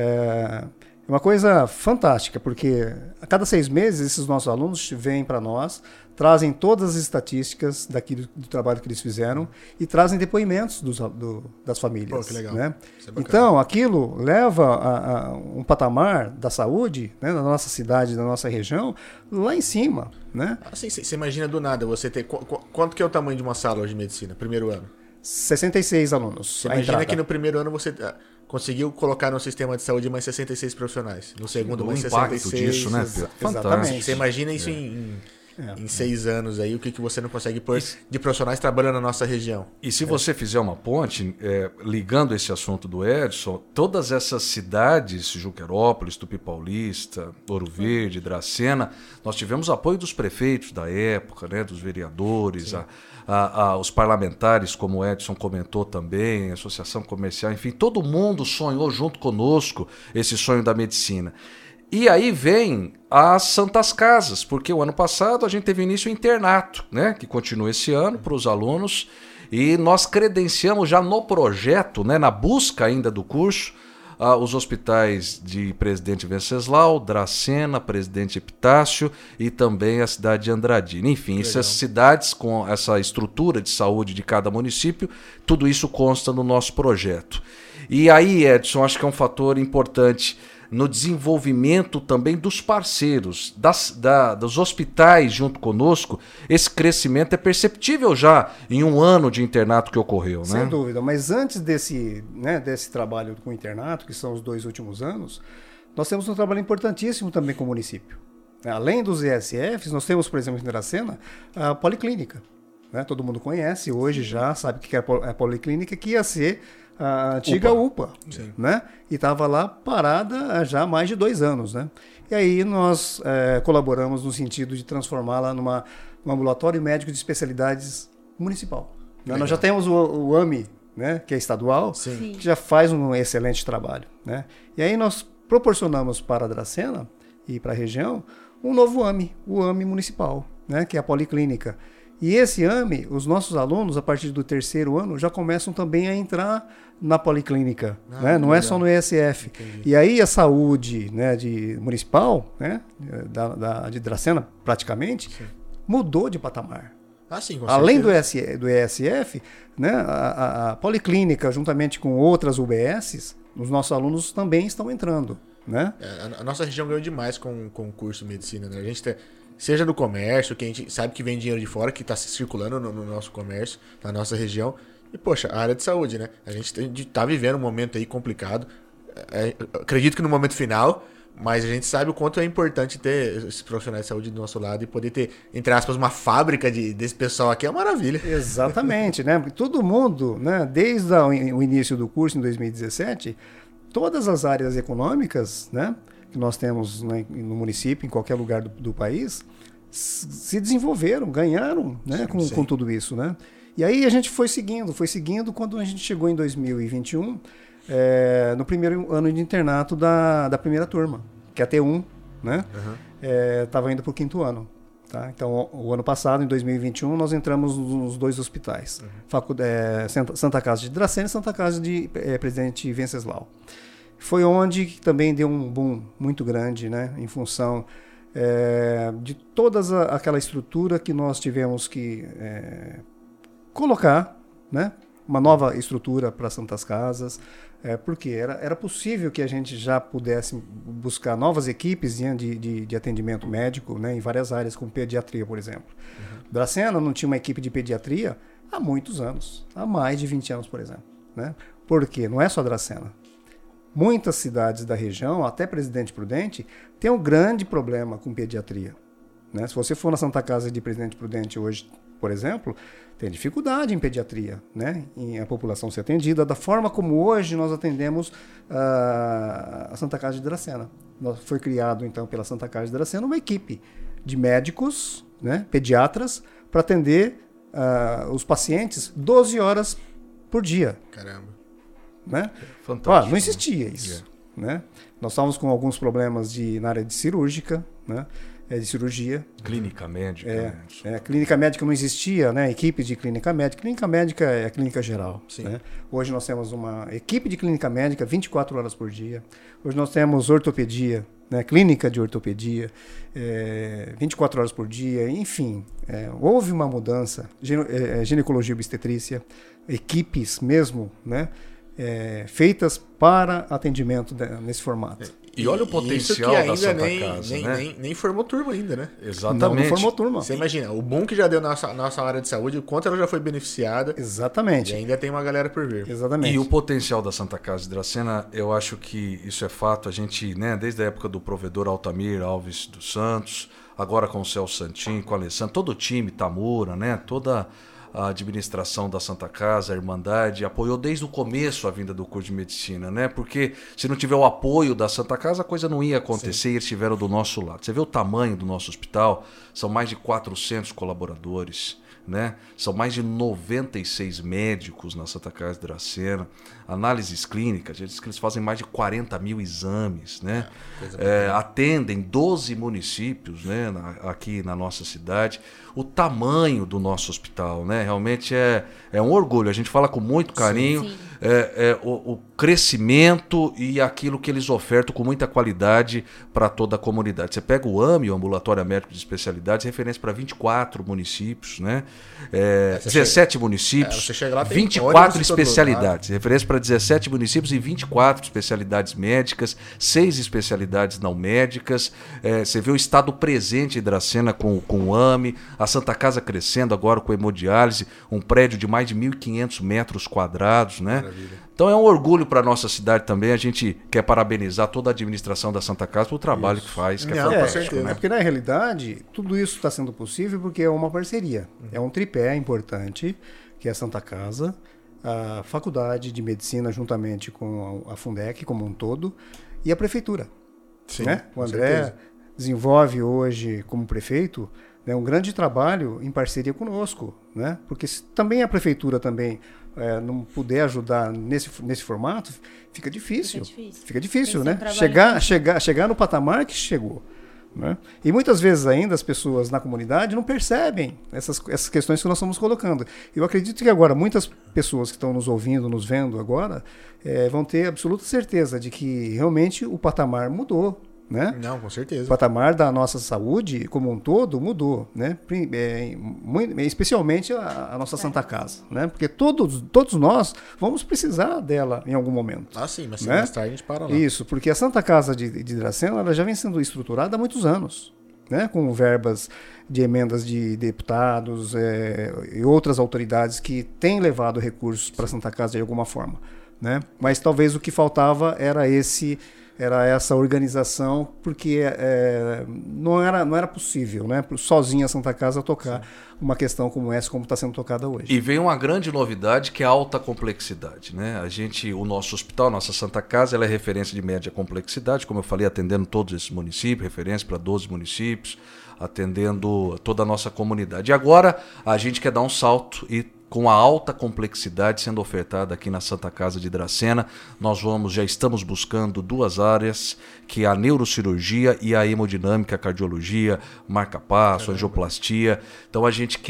É, É uma coisa fantástica, porque a cada seis meses esses nossos alunos vêm para nós, trazem todas as estatísticas daquilo, do trabalho que eles fizeram e trazem depoimentos dos, do, das famílias. Pô, que legal. Né? Isso é bacana. Então, aquilo leva a, a um patamar da saúde, né, da nossa cidade, da nossa região, lá em cima. Né? Assim, você imagina do nada você ter... Qu qu quanto que é o tamanho de uma sala hoje de medicina, primeiro ano? sessenta e seis alunos. Você a imagina entrada. que no primeiro ano você conseguiu colocar no sistema de saúde mais sessenta e seis profissionais. No segundo, O mais impacto sessenta e seis. disso, né? Exa- Fantástico. Exatamente. Você imagina isso É. em, É. em seis anos aí, o que, que você não consegue pôr de profissionais trabalhando na nossa região. E se você fizer uma ponte, é, ligando esse assunto do Edson, todas essas cidades, Junquerópolis, Tupi Paulista, Ouro Verde, Dracena, nós tivemos apoio dos prefeitos da época, né, dos vereadores, a, a, a, os parlamentares, como o Edson comentou também, a Associação Comercial, enfim, todo mundo sonhou junto conosco esse sonho da medicina. E aí vem as Santas Casas, porque o ano passado a gente teve início o internato, né, que continua esse ano para os alunos, e nós credenciamos já no projeto, né, na busca ainda do curso, uh, os hospitais de Presidente Venceslau, Dracena, Presidente Epitácio e também a cidade de Andradina. Enfim, Legal. essas cidades com essa estrutura de saúde de cada município, tudo isso consta no nosso projeto. E aí, Edson, acho que é um fator importante no desenvolvimento também dos parceiros, das, da, dos hospitais junto conosco. Esse crescimento é perceptível já em um ano de internato que ocorreu, Sem né? dúvida, mas antes desse, né, desse trabalho com o internato, que são os dois últimos anos, nós temos um trabalho importantíssimo também com o município. Além dos E S Fs, nós temos, por exemplo, em Dracena, a policlínica. Né? Todo mundo conhece, hoje já sabe o que é a policlínica, que ia ser a antiga U P A, Sim. né? E estava lá parada já há mais de dois anos, né? E aí nós é, colaboramos no sentido de transformá-la numa um ambulatório médico de especialidades municipal. Né? Nós já temos o, o A M I, né? Que é estadual, Sim. que já faz um excelente trabalho, né? E aí nós proporcionamos para a Dracena e para a região um novo A M I, o A M I municipal, né? Que é a policlínica. E esse A M I, os nossos alunos, a partir do terceiro ano, já começam também a entrar na policlínica. Ah, né? Não é legal. só no E S F. Entendi. E aí a saúde, né, de municipal, né, da, da, de Dracena, praticamente, Sim. mudou de patamar. Ah, sim, com Além do, certeza. E S, do E S F, né, a, a, a policlínica, juntamente com outras U B Ss, os nossos alunos também estão entrando. Né? É, a, a nossa região ganhou demais com, com o curso de medicina, né? A gente tem, seja do comércio, que a gente sabe que vem dinheiro de fora, que está circulando no, no nosso comércio, na nossa região. E, poxa, a área de saúde, né? A gente está vivendo um momento aí complicado. É, acredito que no momento final, mas a gente sabe o quanto é importante ter esses profissionais de saúde do nosso lado e poder ter, entre aspas, uma fábrica de, desse pessoal aqui é uma maravilha. Exatamente, né? Porque todo mundo, né, desde a, o início do curso, em dois mil e dezessete, todas as áreas econômicas, né, que nós temos, né, no município, em qualquer lugar do, do país, se desenvolveram, ganharam, né, Sim, com, sim. com tudo isso, né? E aí a gente foi seguindo, foi seguindo quando a gente chegou em dois mil e vinte e um, é, no primeiro ano de internato da, da primeira turma, que é a T um, né? Estava Uhum. indo para o quinto ano. Tá? Então, o, o ano passado, em dois mil e vinte e um, nós entramos nos dois hospitais. Uhum. Facu, é, Santa, Santa Casa de Dracena e Santa Casa de é, Presidente Venceslau. Foi onde também deu um boom muito grande, né, em função é, de toda aquela estrutura que nós tivemos que é, colocar, né? Uma nova estrutura para Santas Casas, é, porque era, era possível que a gente já pudesse buscar novas equipes de, de, de atendimento médico, né, em várias áreas, como pediatria, por exemplo. Uhum. Dracena não tinha uma equipe de pediatria há muitos anos, há mais de vinte anos, por exemplo. Né? Por quê? Não é só Dracena. Muitas cidades da região, até Presidente Prudente, tem um grande problema com pediatria. Né? Se você for na Santa Casa de Presidente Prudente hoje, por exemplo, tem dificuldade em pediatria, né? Em a população ser atendida da forma como hoje nós atendemos uh, a Santa Casa de Dracena. Foi criado, então, pela Santa Casa de Dracena uma equipe de médicos, né, pediatras, para atender uh, os pacientes doze horas por dia. Caramba. Né? Fantástico. Ó, não existia isso. É. Né? Nós estávamos com alguns problemas de, na área de cirúrgica, né? É, de cirurgia. Clínica médica. É, né? é, clínica médica não existia, né? Equipe de clínica médica. Clínica médica é a clínica geral. Né? Hoje nós temos uma equipe de clínica médica vinte e quatro horas por dia. Hoje nós temos ortopedia, né? Clínica de ortopedia, é, vinte e quatro horas por dia. Enfim, é, houve uma mudança. Gine, é, ginecologia e obstetrícia, equipes mesmo, né? É, feitas para atendimento de, nesse formato. E olha o potencial ainda da Santa nem, Casa, nem, né? nem, nem formou turma ainda, né? Exatamente. Não, não formou turma. Você imagina, o boom que já deu na nossa, nossa área de saúde, o quanto ela já foi beneficiada. Exatamente. E ainda tem uma galera por vir. Exatamente. E o potencial da Santa Casa de Dracena, eu acho que isso é fato. A gente, né, desde a época do provedor Altamir Alves dos Santos, agora com o Celso Santin, com o Alessandro, todo o time, Tamura, né, toda a administração da Santa Casa, a Irmandade, apoiou desde o começo a vinda do curso de medicina, né? Porque se não tiver o apoio da Santa Casa, a coisa não ia acontecer. Sim. E eles estiveram do nosso lado. Você vê o tamanho do nosso hospital, são mais de quatrocentos colaboradores, né? São mais de noventa e seis médicos na Santa Casa de Dracena. Análises clínicas, eles, eles fazem mais de quarenta mil exames, né? É, é, atendem doze municípios, né, na, aqui na nossa cidade. O tamanho do nosso hospital, né? Realmente é, é um orgulho. A gente fala com muito carinho. Sim, sim. É, é, o, o crescimento e aquilo que eles ofertam com muita qualidade para toda a comunidade. Você pega o AME, o Ambulatório Médico de Especialidades, referência para vinte e quatro municípios, né? É, dezessete chega, municípios, é, lá, vinte e quatro especialidades. Referência para dezessete municípios e vinte e quatro especialidades médicas, seis especialidades não médicas. É, você vê o estado presente em Dracena com, com o AME, a Santa Casa crescendo agora com hemodiálise, um prédio de mais de mil e quinhentos metros quadrados, né? Maravilha. Então é um orgulho para a nossa cidade também. A gente quer parabenizar toda a administração da Santa Casa pelo trabalho isso. que faz, que Não, é fantástico. É, né? Porque na realidade tudo isso está sendo possível porque é uma parceria. Uhum. É um tripé importante, que é a Santa Casa, a Faculdade de Medicina juntamente com a Fundec como um todo e a Prefeitura. Sim, né? O André desenvolve hoje como prefeito, né, um grande trabalho em parceria conosco, né? Porque se também a Prefeitura também é, não puder ajudar nesse, nesse formato, fica difícil. Fica difícil, fica difícil né? Um chegar, chegar, chegar no patamar que chegou. Né? E muitas vezes ainda as pessoas na comunidade não percebem essas, essas questões que nós estamos colocando. Eu acredito que agora muitas pessoas que estão nos ouvindo, nos vendo agora, é, vão ter absoluta certeza de que realmente o patamar mudou. Né? Não, com certeza. O patamar da nossa saúde como um todo mudou, né? É, muito, especialmente a, a nossa Santa Casa, né? Porque todos, todos nós vamos precisar dela em algum momento. Ah, sim, mas né? mais tarde a gente para lá. Isso, porque a Santa Casa de, de Dracena ela já vem sendo estruturada há muitos anos, né? Com verbas de emendas de deputados é, e outras autoridades que têm levado recursos para a Santa Casa de alguma forma, né? Mas talvez o que faltava era esse era essa organização, porque é, não, era, não era possível, né, sozinha a Santa Casa tocar Sim. uma questão como essa, como está sendo tocada hoje. E vem uma grande novidade que é a alta complexidade. Né? A gente, o nosso hospital, a nossa Santa Casa, ela é referência de média complexidade, como eu falei, atendendo todos esses municípios, referência para doze municípios, atendendo toda a nossa comunidade. E agora a gente quer dar um salto e com a alta complexidade sendo ofertada aqui na Santa Casa de Dracena, nós vamos, já estamos buscando duas áreas, que é a neurocirurgia e a hemodinâmica, a cardiologia, marca-passo, angioplastia. Então a gente quer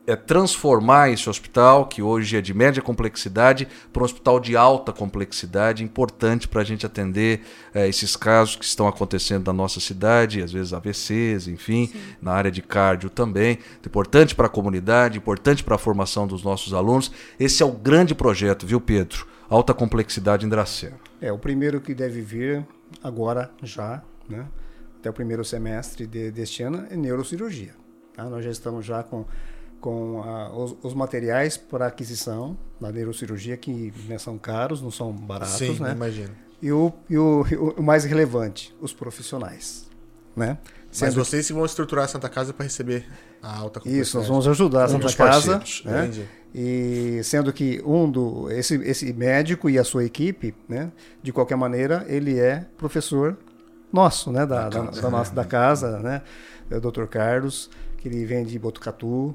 é transformar esse hospital, que hoje é de média complexidade, para um hospital de alta complexidade, importante para a gente atender é, esses casos que estão acontecendo na nossa cidade, às vezes A V Cs, enfim, Sim. na área de cardio também. Importante para a comunidade, importante para a formação dos nossos alunos. Esse é o grande projeto, viu, Pedro? Alta complexidade em Dracena. É, o primeiro que deve vir agora, já, né? Até o primeiro semestre de, deste ano, é neurocirurgia. Tá? Nós já estamos já com... com a, os, os materiais para aquisição da neurocirurgia, que né, são caros, não são baratos, Sim, né? imagino. E o, e, o, e o mais relevante, os profissionais, né? Mas vocês que vão estruturar a Santa Casa para receber a alta complexidade. Isso, nós vamos ajudar a Santa um Casa, né? Entendi. E sendo que um do esse, esse médico e a sua equipe, né? De qualquer maneira, ele é professor nosso, né? Da, da, da, da nossa da casa, né? É o doutor Carlos, que ele vem de Botucatu.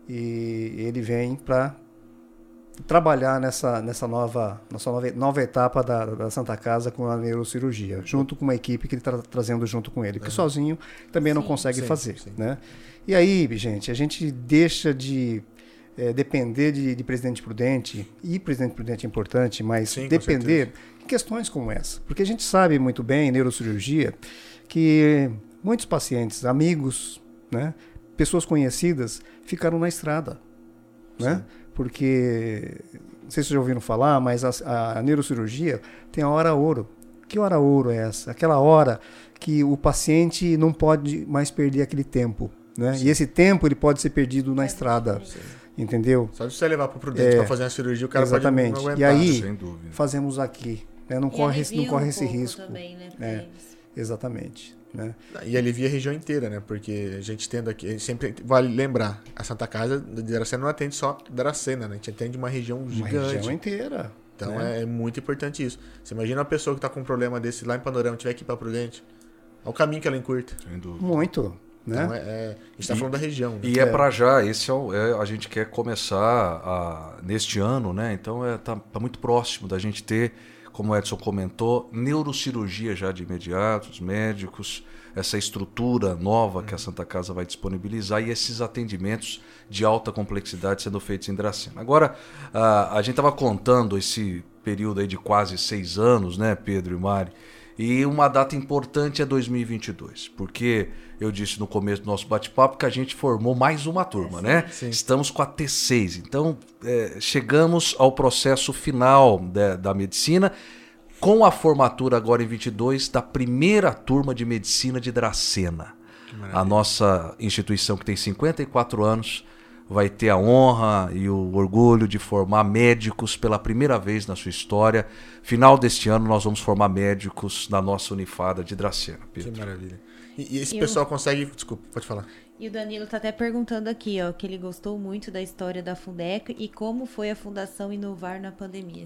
E ele vem para trabalhar nessa, nessa, nova, nessa nova, nova etapa da, da Santa Casa com a neurocirurgia, junto com uma equipe que ele está trazendo junto com ele, porque uhum. sozinho também sim, não consegue sim, fazer. Sim. Né? E aí, gente, a gente deixa de é, depender de, de Presidente Prudente, e Presidente Prudente é importante, mas sim, depender de questões como essa. Porque a gente sabe muito bem, em neurocirurgia, que muitos pacientes, amigos, né, pessoas conhecidas, ficaram na estrada, né? Porque, não sei se vocês já ouviram falar, mas a, a neurocirurgia tem a hora ouro. Que hora ouro é essa? Aquela hora que o paciente não pode mais perder aquele tempo, né? E esse tempo ele pode ser perdido na é estrada, sim. entendeu? Só de você levar para o Prudente é, para fazer uma cirurgia, o cara exatamente. pode não aguentar. E aí, fazemos aqui, né? Não e corre, não corre um esse risco. Também, né, é, exatamente. Né? E alivia a região inteira, né? Porque a gente tendo aqui, a gente sempre vale lembrar, a Santa Casa de Dracena não atende só Dracena, né? A gente atende uma região uma gigante. Uma região inteira. Então né? é, é muito importante isso. Você imagina uma pessoa que está com um problema desse lá em Panorama, tiver que ir para Prudente, olha o caminho que ela encurta. Sem dúvida. Muito. Né? Então é, é, a gente está falando da região. Né? E é, é para já, esse é, o, é a gente quer começar a, neste ano, né? Então é, tá, tá muito próximo da gente ter, como o Edson comentou, neurocirurgia já de imediato, os médicos, essa estrutura nova que a Santa Casa vai disponibilizar e esses atendimentos de alta complexidade sendo feitos em Dracena. Agora, a, a gente estava contando esse período aí de quase seis anos, né, Pedro e Mari? E uma data importante é dois mil e vinte e dois, porque eu disse no começo do nosso bate-papo que a gente formou mais uma turma, é, né? Sim. Estamos com a T seis, então é, chegamos ao processo final da, da medicina, com a formatura agora em vinte e dois da primeira turma de medicina de Dracena. A nossa instituição, que tem cinquenta e quatro anos, vai ter a honra e o orgulho de formar médicos pela primeira vez na sua história. Final deste ano nós vamos formar médicos na nossa Unifada de Dracena. Pedro. Que maravilha. E, e esse e pessoal o... consegue... Desculpa, pode falar. E o Danilo está até perguntando aqui, ó, que ele gostou muito da história da Fundeca e como foi a Fundação inovar na pandemia.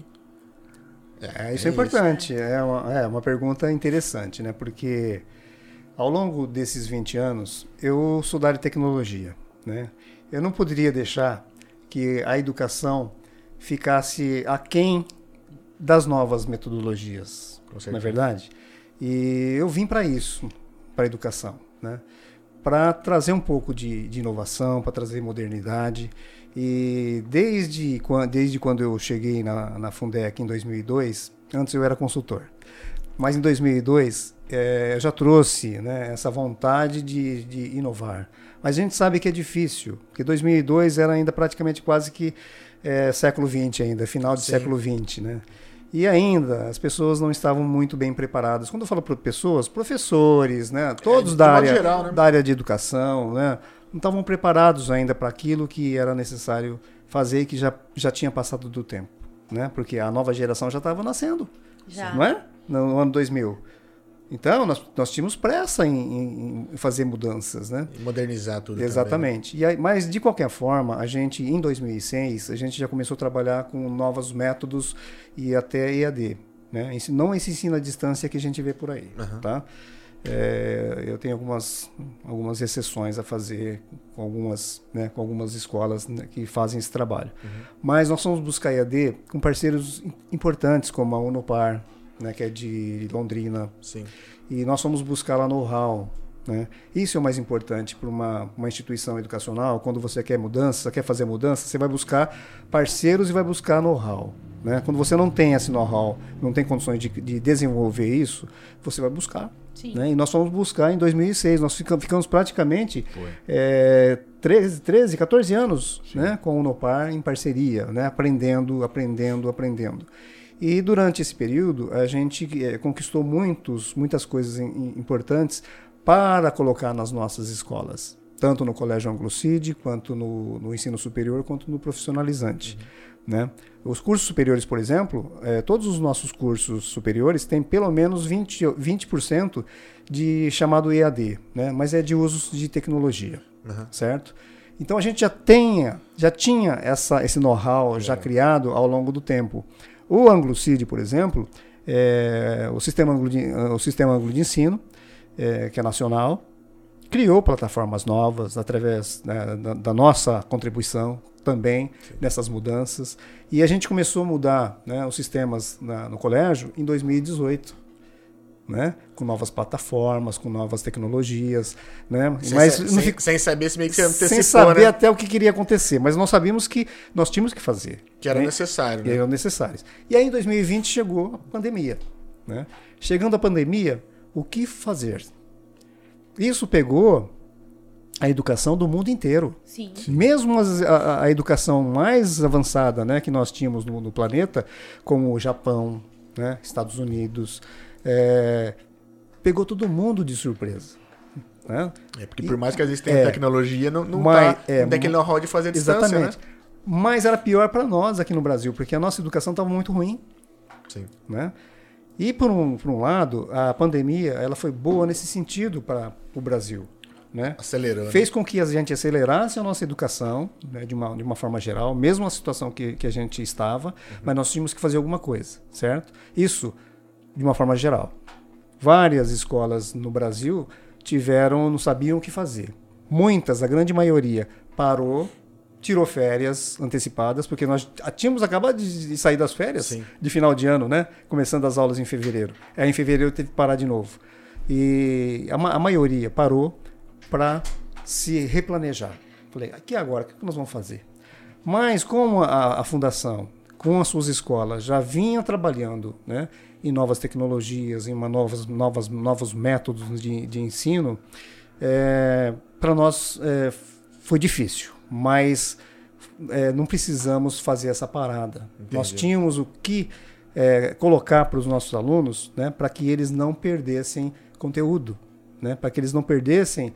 É, isso é, é importante, isso, né? é, uma, é uma pergunta interessante, né? Porque ao longo desses vinte anos, eu sou da área de tecnologia, né? Eu não poderia deixar que a educação ficasse aquém das novas metodologias, não é verdade? E eu vim para isso, para a educação, né? Para trazer um pouco de, de inovação, para trazer modernidade. E desde, desde quando eu cheguei na, na Fundec em dois mil e dois, antes eu era consultor, mas em dois mil e dois é, eu já trouxe, né, essa vontade de, de inovar. Mas a gente sabe que é difícil, porque dois mil e dois era ainda praticamente quase que é, século vinte ainda, final de Sim. século vinte, né? E ainda as pessoas não estavam muito bem preparadas. Quando eu falo para pessoas, professores, né, todos é, da, área, geral, né? da área de educação, né, não estavam preparados ainda para aquilo que era necessário fazer e que já, já tinha passado do tempo, né? Porque a nova geração já estava nascendo, já. Não é? No ano dois mil. Então, nós, nós tínhamos pressa em, em fazer mudanças, né? E modernizar tudo. Exatamente. Também, né? E aí, mas, de qualquer forma, a gente, em dois mil e seis, a gente já começou a trabalhar com novos métodos e até E A D, né? Não esse ensino à distância que a gente vê por aí, uhum. tá? É, eu tenho algumas, algumas exceções a fazer com algumas, né, com algumas escolas, né, que fazem esse trabalho. Uhum. Mas nós vamos buscar E A D com parceiros importantes, como a Unopar, né, que é de Londrina. Sim. E nós fomos buscar lá know-how, né? Isso é o mais importante para uma, uma instituição educacional. Quando você quer mudança, quer fazer mudança, você vai buscar parceiros e vai buscar know-how, né? Quando você não tem esse know-how, não tem condições de, de desenvolver isso, você vai buscar. Né? E nós fomos buscar em dois mil e seis, nós ficamos, ficamos praticamente é, treze, treze, quatorze anos, né, com o Unopar em parceria, né, aprendendo, aprendendo, aprendendo. E durante esse período a gente é, conquistou muitos, muitas coisas in, importantes para colocar nas nossas escolas, tanto no Colégio Anglo-Cid, quanto no, no ensino superior, quanto no profissionalizante. Uhum. Né? Os cursos superiores, por exemplo, eh, todos os nossos cursos superiores têm pelo menos vinte, vinte por cento de chamado E A D, né? Mas é de usos de tecnologia, uhum. certo? Então a gente já, tenha, já tinha essa, esse know-how já é. criado ao longo do tempo. O Anglo-Cid, por exemplo, é, o, sistema Anglo de, o Sistema Anglo de Ensino, é, que é nacional, criou plataformas novas através né, da, da nossa contribuição também Sim. nessas mudanças. E a gente começou a mudar né, os sistemas na, no colégio em dois mil e dezoito. Né? Com novas plataformas, com novas tecnologias. Né? Sem, mas sem, não fico, sem saber se meio que você antecipou, sem saber né? até o que queria acontecer. Mas nós sabíamos que nós tínhamos que fazer. Que eram né? necessários. Que né? eram necessários. E aí em dois mil e vinte chegou a pandemia. Né? Chegando a pandemia, o que fazer? Isso pegou a educação do mundo inteiro. Sim. Mesmo as, a, a educação mais avançada né, que nós tínhamos no, no planeta, como o Japão, né, Estados Unidos, é, pegou todo mundo de surpresa. Né? É porque por mais que às vezes tenha é, tecnologia, não, não, mas, tá, é, não tem aquele know-how de fazer a distância. Exatamente. Né? Mas era pior para nós aqui no Brasil, porque a nossa educação estava muito ruim. Sim. Né? E por um, por um lado, a pandemia ela foi boa nesse sentido para o Brasil. Né? Acelerou. Fez né? com que a gente acelerasse a nossa educação, né, de, uma, de uma forma geral, mesmo a situação que, que a gente estava, uhum. mas nós tínhamos que fazer alguma coisa, certo? Isso, de uma forma geral. Várias escolas no Brasil tiveram, não sabiam o que fazer. Muitas, a grande maioria, parou, tirou férias antecipadas, porque nós tínhamos acabado de sair das férias Sim. de final de ano, né? Começando as aulas em fevereiro. Aí em fevereiro teve que parar de novo. E a, a maioria parou para se replanejar. Falei, aqui agora, o que nós vamos fazer? Mas como a, a Fundação, com as suas escolas, já vinha trabalhando né, em novas tecnologias, em uma novas, novas, novos métodos de, de ensino, é, para nós é, foi difícil, mas é, não precisamos fazer essa parada. Entendi. Nós tínhamos o que é, colocar para os nossos alunos né, para que eles não perdessem conteúdo, né, para que eles não perdessem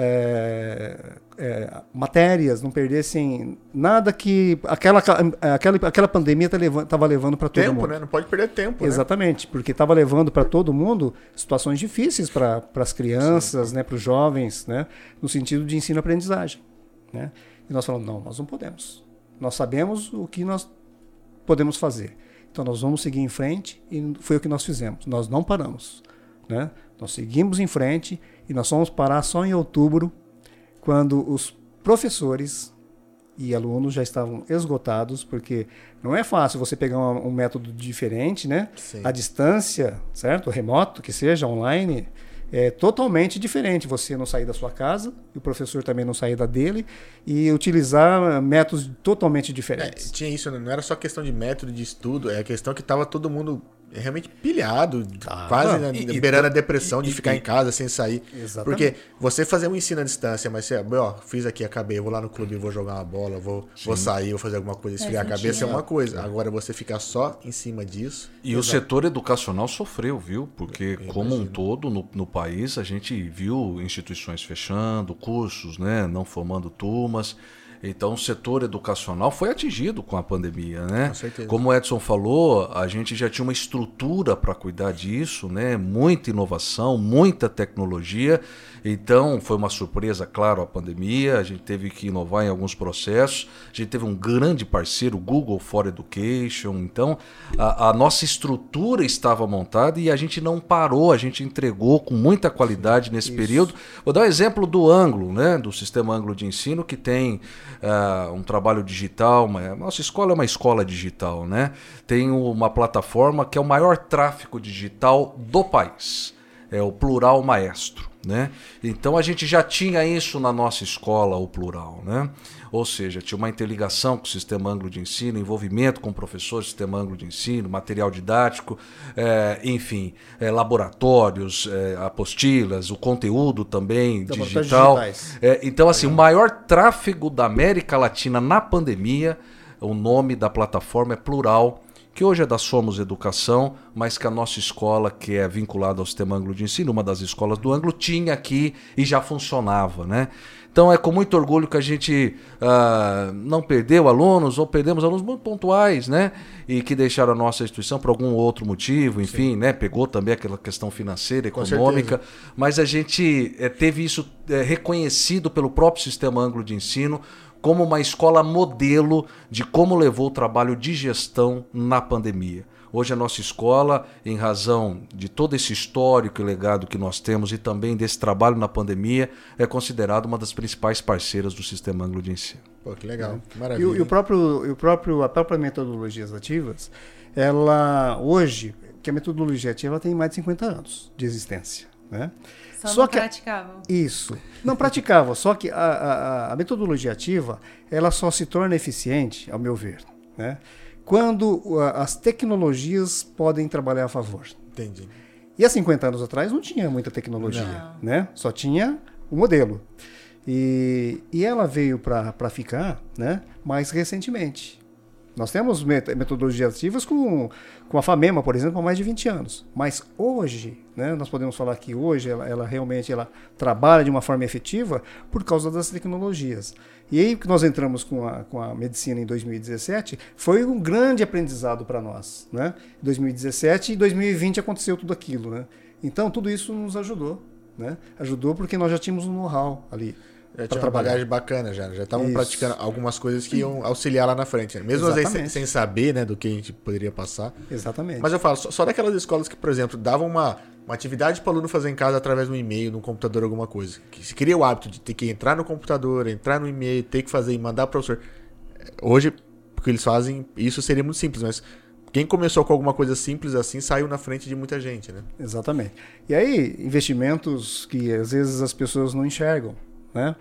É, é, matérias, não perdessem nada que aquela, aquela, aquela pandemia estava levando para todo tempo, mundo. Né? Não pode perder tempo. Exatamente, né? Porque estava levando para todo mundo situações difíceis para as crianças, né, para os jovens, né, no sentido de ensino-aprendizagem. Né? E nós falamos, não, nós não podemos. Nós sabemos o que nós podemos fazer. Então nós vamos seguir em frente e foi o que nós fizemos. Nós não paramos. Né? Nós seguimos em frente e nós vamos parar só em outubro, quando os professores e alunos já estavam esgotados, porque não é fácil você pegar um, um método diferente, né? Sim. A distância, certo? Remoto, que seja online, é totalmente diferente. Você não sair da sua casa, e o professor também não sair da dele, e utilizar métodos totalmente diferentes. É, tinha isso, não era só questão de método de estudo, é a questão que estava todo mundo realmente pilhado, ah, quase né, e, beirando e, a depressão de e, ficar e, em casa sem sair. Exatamente. Porque você fazer um ensino à distância, mas você, ó, fiz aqui, acabei, eu vou lá no clube, vou jogar uma bola, vou, vou sair, vou fazer alguma coisa, esfriar a cabeça, é uma coisa. Agora você ficar só em cima disso... E exato. O setor educacional sofreu, viu? Porque eu como imagino. um todo no, no país a gente viu instituições fechando, cursos, né, não formando turmas. Então o setor educacional foi atingido com a pandemia, né? Com certeza. Como o Edson falou, a gente já tinha uma estrutura para cuidar disso, né? Muita inovação, muita tecnologia. Então foi uma surpresa, claro, a pandemia. A gente teve que inovar em alguns processos. A gente teve um grande parceiro, o Google for Education. Então a, a nossa estrutura estava montada e a gente não parou, a gente entregou com muita qualidade nesse Isso. período. Vou dar um exemplo do Anglo, né? Do Sistema Anglo de Ensino, que tem Uh, um trabalho digital, uma, nossa escola é uma escola digital, né? Tem uma plataforma que é o maior tráfego digital do país, é o Plural Maestro. né? Então a gente já tinha isso na nossa escola, o plural, né? Ou seja, tinha uma interligação com o sistema anglo de ensino, envolvimento com professores do sistema anglo de ensino, material didático, é, enfim, é, laboratórios, é, apostilas, o conteúdo também digital. É, então, assim, o maior tráfego da América Latina na pandemia, o nome da plataforma é Plural, que hoje é da Somos Educação, mas que a nossa escola, que é vinculada ao sistema anglo de ensino, uma das escolas do Anglo, tinha aqui e já funcionava, né? Então é com muito orgulho que a gente uh, não perdeu alunos, ou perdemos alunos muito pontuais, né? E que deixaram a nossa instituição por algum outro motivo, enfim, né? Pegou também aquela questão financeira, econômica, mas a gente é, teve isso é, reconhecido pelo próprio sistema anglo de ensino como uma escola modelo de como levou o trabalho de gestão na pandemia. Hoje a nossa escola, em razão de todo esse histórico e legado que nós temos e também desse trabalho na pandemia, é considerada uma das principais parceiras do sistema anglo de ensino. Pô, que legal, é. que maravilha. E, e, o próprio, e o próprio, a própria metodologias ativas, ela hoje, que a metodologia ativa tem mais de cinquenta anos de existência, né? Só, só não que praticavam. Isso. Não praticava, só que a, a, a metodologia ativa, ela só se torna eficiente, ao meu ver, né, quando a, as tecnologias podem trabalhar a favor. Entendi. E há cinquenta anos atrás não tinha muita tecnologia, não. né? Só tinha o modelo. E, e ela veio para ficar, né, mais recentemente. Nós temos metodologias ativas com, com a FAMEMA, por exemplo, há mais de vinte anos. Mas hoje, né, nós podemos falar que hoje ela, ela realmente ela trabalha de uma forma efetiva por causa das tecnologias. E aí que nós entramos com a, com a medicina em dois mil e dezessete, foi um grande aprendizado para nós, né? Em dois mil e dezessete e dois mil e vinte aconteceu tudo aquilo, né? Então tudo isso nos ajudou, né? Ajudou porque nós já tínhamos um know-how ali. Já tinha uma bagagem bacana já, já estavam praticando algumas coisas que iam auxiliar lá na frente, né? Mesmo às vezes sem, sem saber, né, do que a gente poderia passar. Exatamente. Mas eu falo, só, só daquelas escolas que, por exemplo, davam uma, uma atividade para o aluno fazer em casa através do e-mail, no computador, alguma coisa. Que se cria o hábito de ter que entrar no computador, entrar no e-mail, ter que fazer e mandar para o professor. Hoje, porque eles fazem, isso seria muito simples, mas quem começou com alguma coisa simples assim saiu na frente de muita gente, né? Exatamente. E aí, investimentos que às vezes as pessoas não enxergam, né?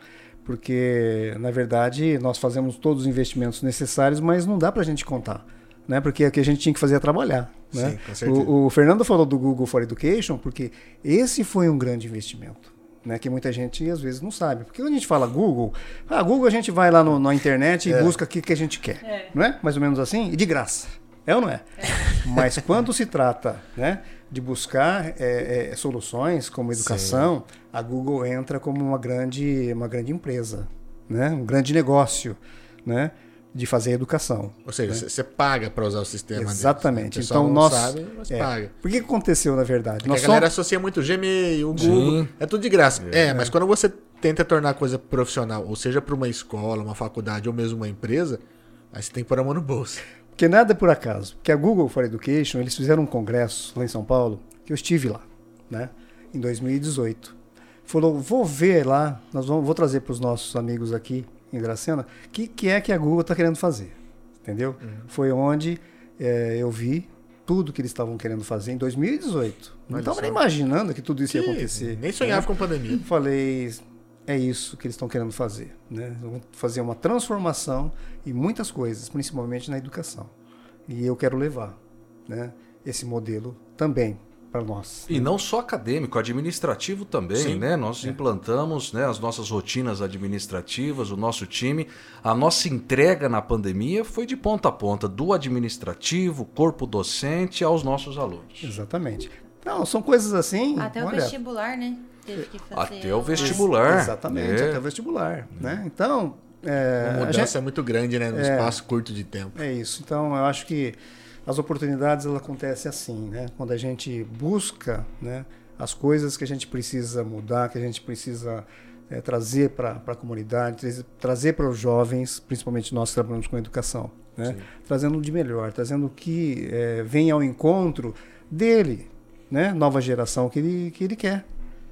Porque, na verdade, nós fazemos todos os investimentos necessários, mas não dá para a gente contar, né? Porque o que a gente tinha que fazer é trabalhar, né? Sim, com certeza. O, o Fernando falou do Google for Education, porque esse foi um grande investimento, né? Que muita gente, às vezes, não sabe. Porque quando a gente fala Google, ah, Google a gente vai lá no, na internet e é. busca o que, que a gente quer, é. não é? Mais ou menos assim, e de graça. É ou não é? é. Mas quando se trata, né, de buscar é, é, soluções como educação, sim, a Google entra como uma grande, uma grande empresa, né, um grande negócio, né, de fazer educação. Ou seja, você, né, paga para usar o sistema. Exatamente. Deles. Então não nós sabe, mas é. paga. Por que aconteceu na verdade? Nós a galera somos... associa muito o Gmail, o Google, sim, é tudo de graça. É, é, mas quando você tenta tornar a coisa profissional, ou seja, para uma escola, uma faculdade ou mesmo uma empresa, aí você tem que pôr a mão no bolso. Porque nada é por acaso. Porque a Google for Education, eles fizeram um congresso lá em São Paulo, que eu estive lá, né, em dois mil e dezoito. Falou, vou ver lá, nós vamos, vou trazer para os nossos amigos aqui em Dracena, o que, que é que a Google está querendo fazer. Entendeu? Uhum. Foi onde é, eu vi tudo que eles estavam querendo fazer em dois mil e dezoito. Não estava nem imaginando que tudo isso que ia acontecer. Nem sonhava, né, com pandemia. Falei, é isso que eles estão querendo fazer, né? Vão fazer uma transformação em muitas coisas, principalmente na educação. E eu quero levar, né, esse modelo também para nós. E não só acadêmico, administrativo também, sim, né? Nós é. implantamos, né, as nossas rotinas administrativas, o nosso time. A nossa entrega na pandemia foi de ponta a ponta, do administrativo, corpo docente, aos nossos alunos. Exatamente. Não, são coisas assim... Até olha, o vestibular, né? Teve que fazer. Até o vestibular. Exatamente, é. até o vestibular. Né? Então... É, a mudança a gente, é muito grande, né? Num é, espaço curto de tempo. É isso. Então, eu acho que as oportunidades elas acontecem assim, né? Quando a gente busca, né, as coisas que a gente precisa mudar, que a gente precisa é, trazer para a comunidade, trazer para os jovens, principalmente nós que trabalhamos com educação, né? Trazendo de melhor, trazendo o que é, vem ao encontro dele, né? Nova geração que ele, que ele quer.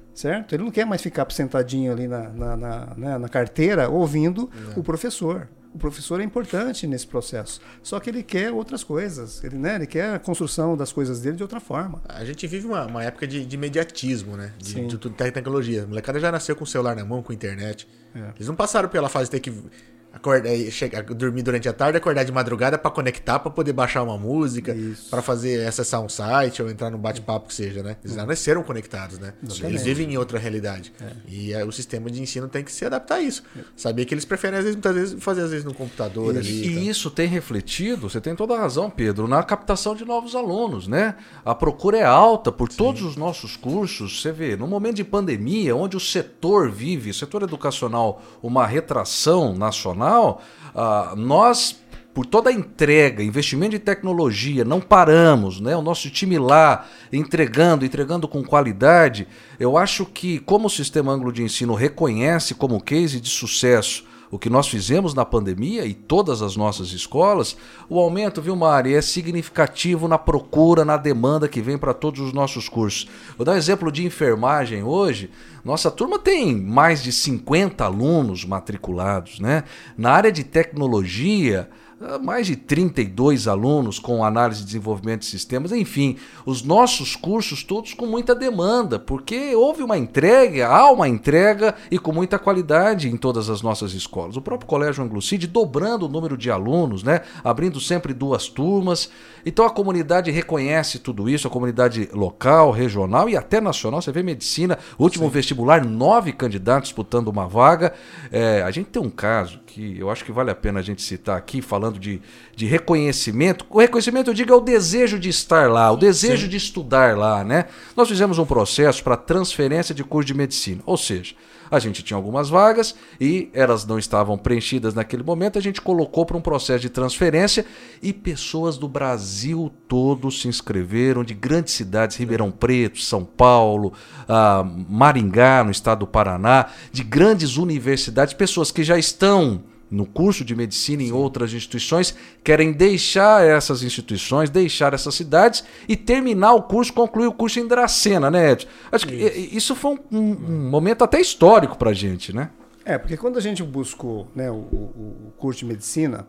certo? Ele não quer mais ficar sentadinho ali na, na, na, né, na carteira ouvindo Não. o professor. O professor é importante nesse processo, só que ele quer outras coisas, ele, né, ele quer a construção das coisas dele de outra forma. A gente vive uma, uma época de, de imediatismo, né? De, Sim. de tudo tecnologia. A molecada já nasceu com o celular na mão, com internet. É. Eles não passaram pela fase de ter que acordar, chegar, dormir durante a tarde, acordar de madrugada para conectar, para poder baixar uma música, para fazer acessar um site ou entrar num bate-papo que seja, né? Eles já nasceram conectados, né? Exatamente. Eles vivem em outra realidade. É. E é, o sistema de ensino tem que se adaptar a isso. É. Saber que eles preferem, às vezes, muitas vezes, fazer às vezes no computador e, ali. E tá. Isso tem refletido, você tem toda a razão, Pedro, na captação de novos alunos, né? A procura é alta por Sim. todos os nossos cursos. Você vê, no momento de pandemia, onde o setor vive, o setor educacional, uma retração nacional, Uh, nós, por toda a entrega, investimento em tecnologia, não paramos, né? O nosso time lá, entregando, entregando com qualidade. Eu acho que, como o Sistema Ângulo de Ensino reconhece como case de sucesso o que nós fizemos na pandemia e todas as nossas escolas, o aumento, viu, Mari, é significativo na procura, na demanda que vem para todos os nossos cursos. Vou dar um exemplo de enfermagem hoje. Nossa turma tem mais de cinquenta alunos matriculados, né? Na área de tecnologia, mais de trinta e dois alunos com análise e desenvolvimento de sistemas, enfim, os nossos cursos todos com muita demanda, porque houve uma entrega, há uma entrega e com muita qualidade em todas as nossas escolas. O próprio Colégio Anglo-Cid dobrando o número de alunos, né? Abrindo sempre duas turmas. Então a comunidade reconhece tudo isso, a comunidade local, regional e até nacional. Você vê medicina, último Sim. vestibular, nove candidatos disputando uma vaga. É, a gente tem um caso que eu acho que vale a pena a gente citar aqui, falando De, de reconhecimento. O reconhecimento, eu digo, é o desejo de estar lá, o desejo Sim. de estudar lá, né? Nós fizemos um processo para transferência de curso de medicina, ou seja, a gente tinha algumas vagas e elas não estavam preenchidas naquele momento, a gente colocou para um processo de transferência e pessoas do Brasil todo se inscreveram, de grandes cidades, Ribeirão Preto, São Paulo, ah, Maringá, no estado do Paraná, de grandes universidades, pessoas que já estão no curso de medicina em outras instituições, querem deixar essas instituições, deixar essas cidades e terminar o curso, concluir o curso em Dracena, né, Edson? Acho que isso, isso foi um, um momento até histórico para a gente, né? É, porque quando a gente buscou, né, o, o, o curso de medicina,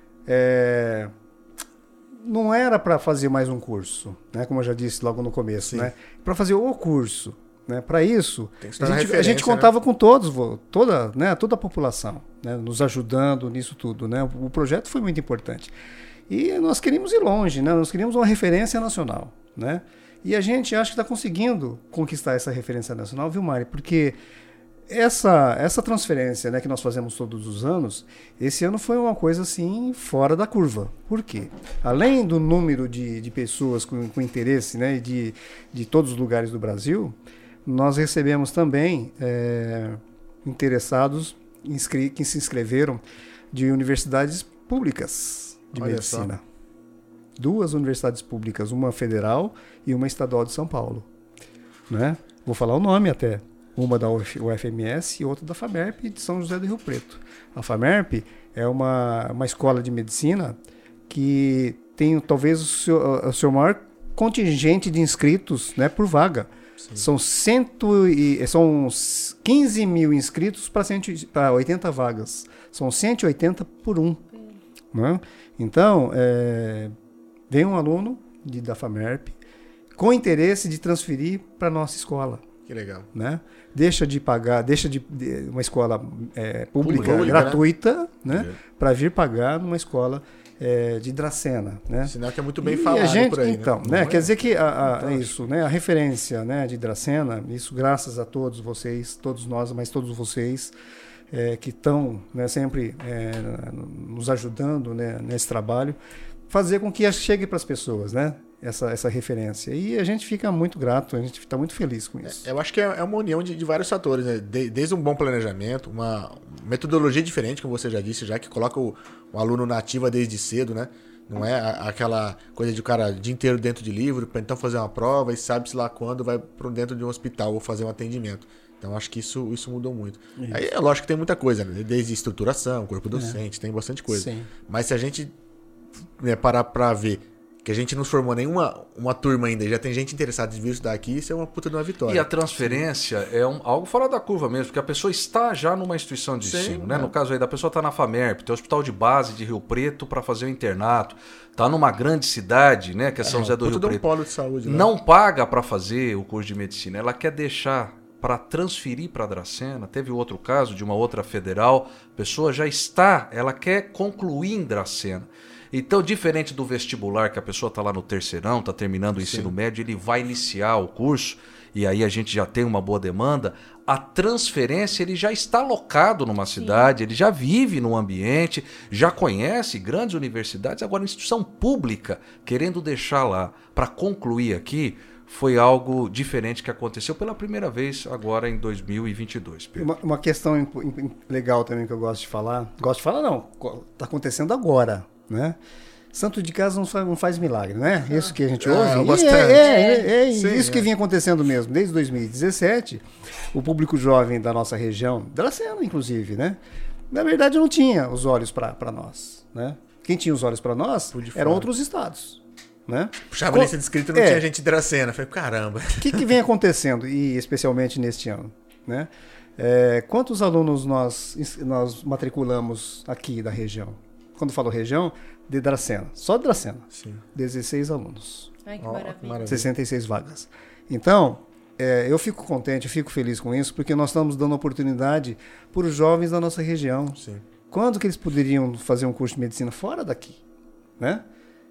é, não era para fazer mais um curso, né, como eu já disse logo no começo, né, para fazer o curso. Né? Para isso, a gente, a gente contava né? com todos, toda, né, toda a população, né, nos ajudando nisso tudo. Né? O projeto foi muito importante. E nós queríamos ir longe, né? Nós queríamos uma referência nacional. Né? E a gente acho que está conseguindo conquistar essa referência nacional, viu, Mari? Porque essa, essa transferência, né, que nós fazemos todos os anos, esse ano foi uma coisa assim fora da curva. Por quê? Além do número de, de pessoas com, com interesse, né, de, de todos os lugares do Brasil, nós recebemos também é, interessados inscri- que se inscreveram de universidades públicas de Olha medicina. Só. Duas universidades públicas, uma federal e uma estadual de São Paulo. Né? Vou falar o nome até. Uma da U F M S e outra da FAMERP de São José do Rio Preto. A FAMERP é uma, uma escola de medicina que tem talvez o seu, o seu maior contingente de inscritos, né, por vaga. Sim. São, cento e, são quinze mil inscritos para oitenta vagas. São cento e oitenta por um. Né? Então, é, vem um aluno de, da FAMERP com interesse de transferir para a nossa escola. Que legal. Né? Deixa de pagar, deixa de, de uma escola é, pública, pública, gratuita, né? né? Para vir pagar numa escola é, de Dracena, né? Sinal que é muito bem e falado a gente, por aí, então, né? né? Quer dizer que a, a, é isso, né? A referência, né, de Dracena, isso graças a todos vocês, todos nós, mas todos vocês é, que estão, né, sempre é, nos ajudando, né, nesse trabalho, fazer com que chegue para as pessoas, né? Essa, essa referência. E a gente fica muito grato, a gente está muito feliz com isso. É, eu acho que é uma união de, de vários fatores, né? De, desde um bom planejamento, uma metodologia diferente, como você já disse, já que coloca o, o aluno na ativa desde cedo, né? Não é a, aquela coisa de o cara o dia inteiro dentro de livro, para então fazer uma prova e sabe-se lá quando vai para dentro de um hospital ou fazer um atendimento. Então acho que isso, isso mudou muito. Isso. Aí é lógico que tem muita coisa, né? Desde estruturação, corpo docente, é. tem bastante coisa. Sim. Mas se a gente, né, parar para ver Que a gente não formou nenhuma uma turma ainda, já tem gente interessada em vir estudar aqui, isso é uma puta de uma vitória. E a transferência Sim. é um, algo fora da curva mesmo, porque a pessoa está já numa instituição de Sim, ensino, né? É. No caso aí da pessoa está na FAMERP, tem o Hospital de Base de Rio Preto para fazer o internato, está numa grande cidade, né? Que é São é, José do Rio Preto. Um polo de saúde, né? Não paga para fazer o curso de medicina, ela quer deixar para transferir para a Dracena. Teve outro caso de uma outra federal, a pessoa já está, ela quer concluir em Dracena. Então, diferente do vestibular, que a pessoa está lá no terceirão, está terminando o ensino Sim. médio, ele vai iniciar o curso, e aí a gente já tem uma boa demanda, a transferência ele já está alocado numa Sim. cidade, ele já vive no ambiente, já conhece grandes universidades, agora a instituição pública, querendo deixar lá para concluir aqui, foi algo diferente que aconteceu pela primeira vez agora em dois mil e vinte e dois. Uma, uma questão imp, imp, legal também que eu gosto de falar, gosto de falar não, está acontecendo agora. Né? Santo de casa não faz, não faz milagre, né? Isso que a gente ouve. Ah, e é, é, é, é Sim, isso é. que vinha acontecendo mesmo. Desde dois mil e dezessete, o público jovem da nossa região, da Dracena inclusive, né? Na verdade não tinha os olhos para nós. Né? Quem tinha os olhos para nós eram outros estados. Né? Puxava a lista de inscritos e não é. tinha gente de Dracena. Falei, caramba. O que, que vem acontecendo, e especialmente neste ano? Né? É, quantos alunos nós, nós matriculamos aqui da região? Quando falo região, de Dracena. Só de Dracena. Sim. dezesseis alunos. Ai, que maravilha. Oh, maravilha. sessenta e seis vagas. Então, é, eu fico contente, eu fico feliz com isso, porque nós estamos dando oportunidade para os jovens da nossa região. Sim. Quando que eles poderiam fazer um curso de medicina fora daqui? Né?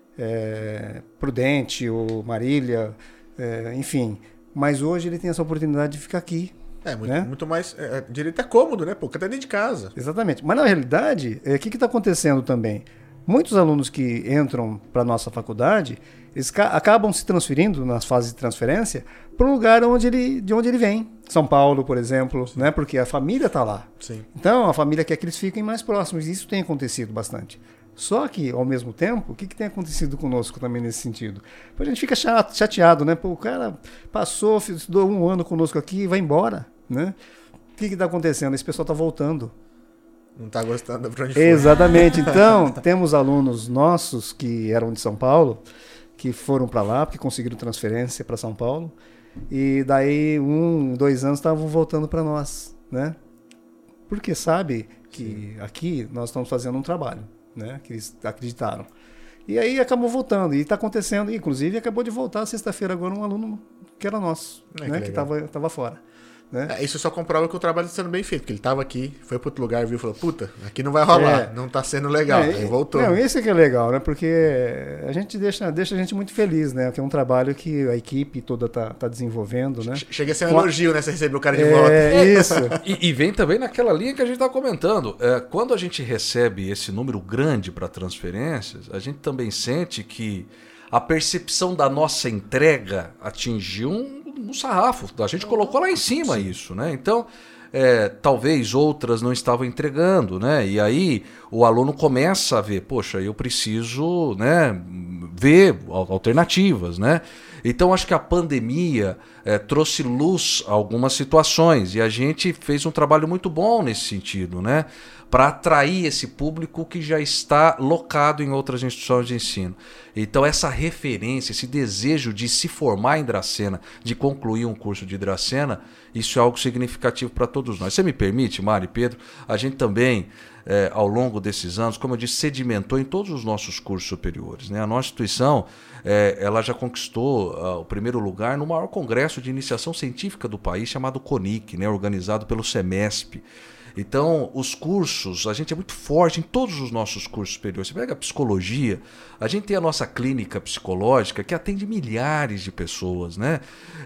É, Prudente ou Marília, é, enfim. Mas hoje ele tem essa oportunidade de ficar aqui. É, muito, né? muito mais. É, direito é cômodo, né? Pô, tá dentro de casa. Exatamente. Mas na realidade, o é, que está acontecendo também? Muitos alunos que entram para a nossa faculdade, eles acabam se transferindo nas fases de transferência para o lugar onde ele, de onde ele vem. São Paulo, por exemplo, né? Porque a família está lá. Sim. Então, a família quer que eles fiquem mais próximos. E isso tem acontecido bastante. Só que, ao mesmo tempo, o que, que tem acontecido conosco também nesse sentido? A gente fica chato, chateado, né? Pô, o cara passou, estudou um ano conosco aqui e vai embora, né? O que está acontecendo? Esse pessoal está voltando. Não está gostando de onde foi. Exatamente. Então, temos alunos nossos que eram de São Paulo, que foram para lá, porque conseguiram transferência para São Paulo, e daí um, dois anos estavam voltando para nós, né? Porque sabe que Sim. aqui nós estamos fazendo um trabalho, né? Que eles acreditaram. E aí acabou voltando, e está acontecendo, inclusive acabou de voltar sexta-feira agora um aluno que era nosso, é, né? Que estava tava fora. Né? É, isso só comprova que o trabalho está sendo bem feito, porque ele estava aqui, foi para outro lugar, viu e falou, puta, aqui não vai rolar, é. não está sendo legal, é, aí voltou. Não, esse que é legal, né? Porque a gente deixa, deixa a gente muito feliz, né? Que é um trabalho que a equipe toda tá, tá desenvolvendo, né? Chega a ser um Com... elogio, né? Você receber o cara de é, volta. É, isso. e, e vem também naquela linha que a gente está comentando. É, quando a gente recebe esse número grande para transferências, a gente também sente que a percepção da nossa entrega atingiu um no sarrafo. A gente colocou lá em cima Sim. isso, né? Então, é, talvez outras não estavam entregando, né? E aí o aluno começa a ver, poxa, eu preciso, né, ver alternativas, né? Então, acho que a pandemia é, trouxe luz a algumas situações e a gente fez um trabalho muito bom nesse sentido, né? Para atrair esse público que já está locado em outras instituições de ensino. Então, essa referência, esse desejo de se formar em Dracena, de concluir um curso de Dracena, isso é algo significativo para todos nós. Você me permite, Mari e Pedro, a gente também, é, ao longo desses anos, como eu disse, sedimentou em todos os nossos cursos superiores, né? A nossa instituição é, ela já conquistou uh, o primeiro lugar no maior congresso de iniciação científica do país, chamado CONIC, né? Organizado pelo SEMESP. Então, os cursos, a gente é muito forte em todos os nossos cursos superiores. Você pega a psicologia, a gente tem a nossa clínica psicológica que atende milhares de pessoas, né?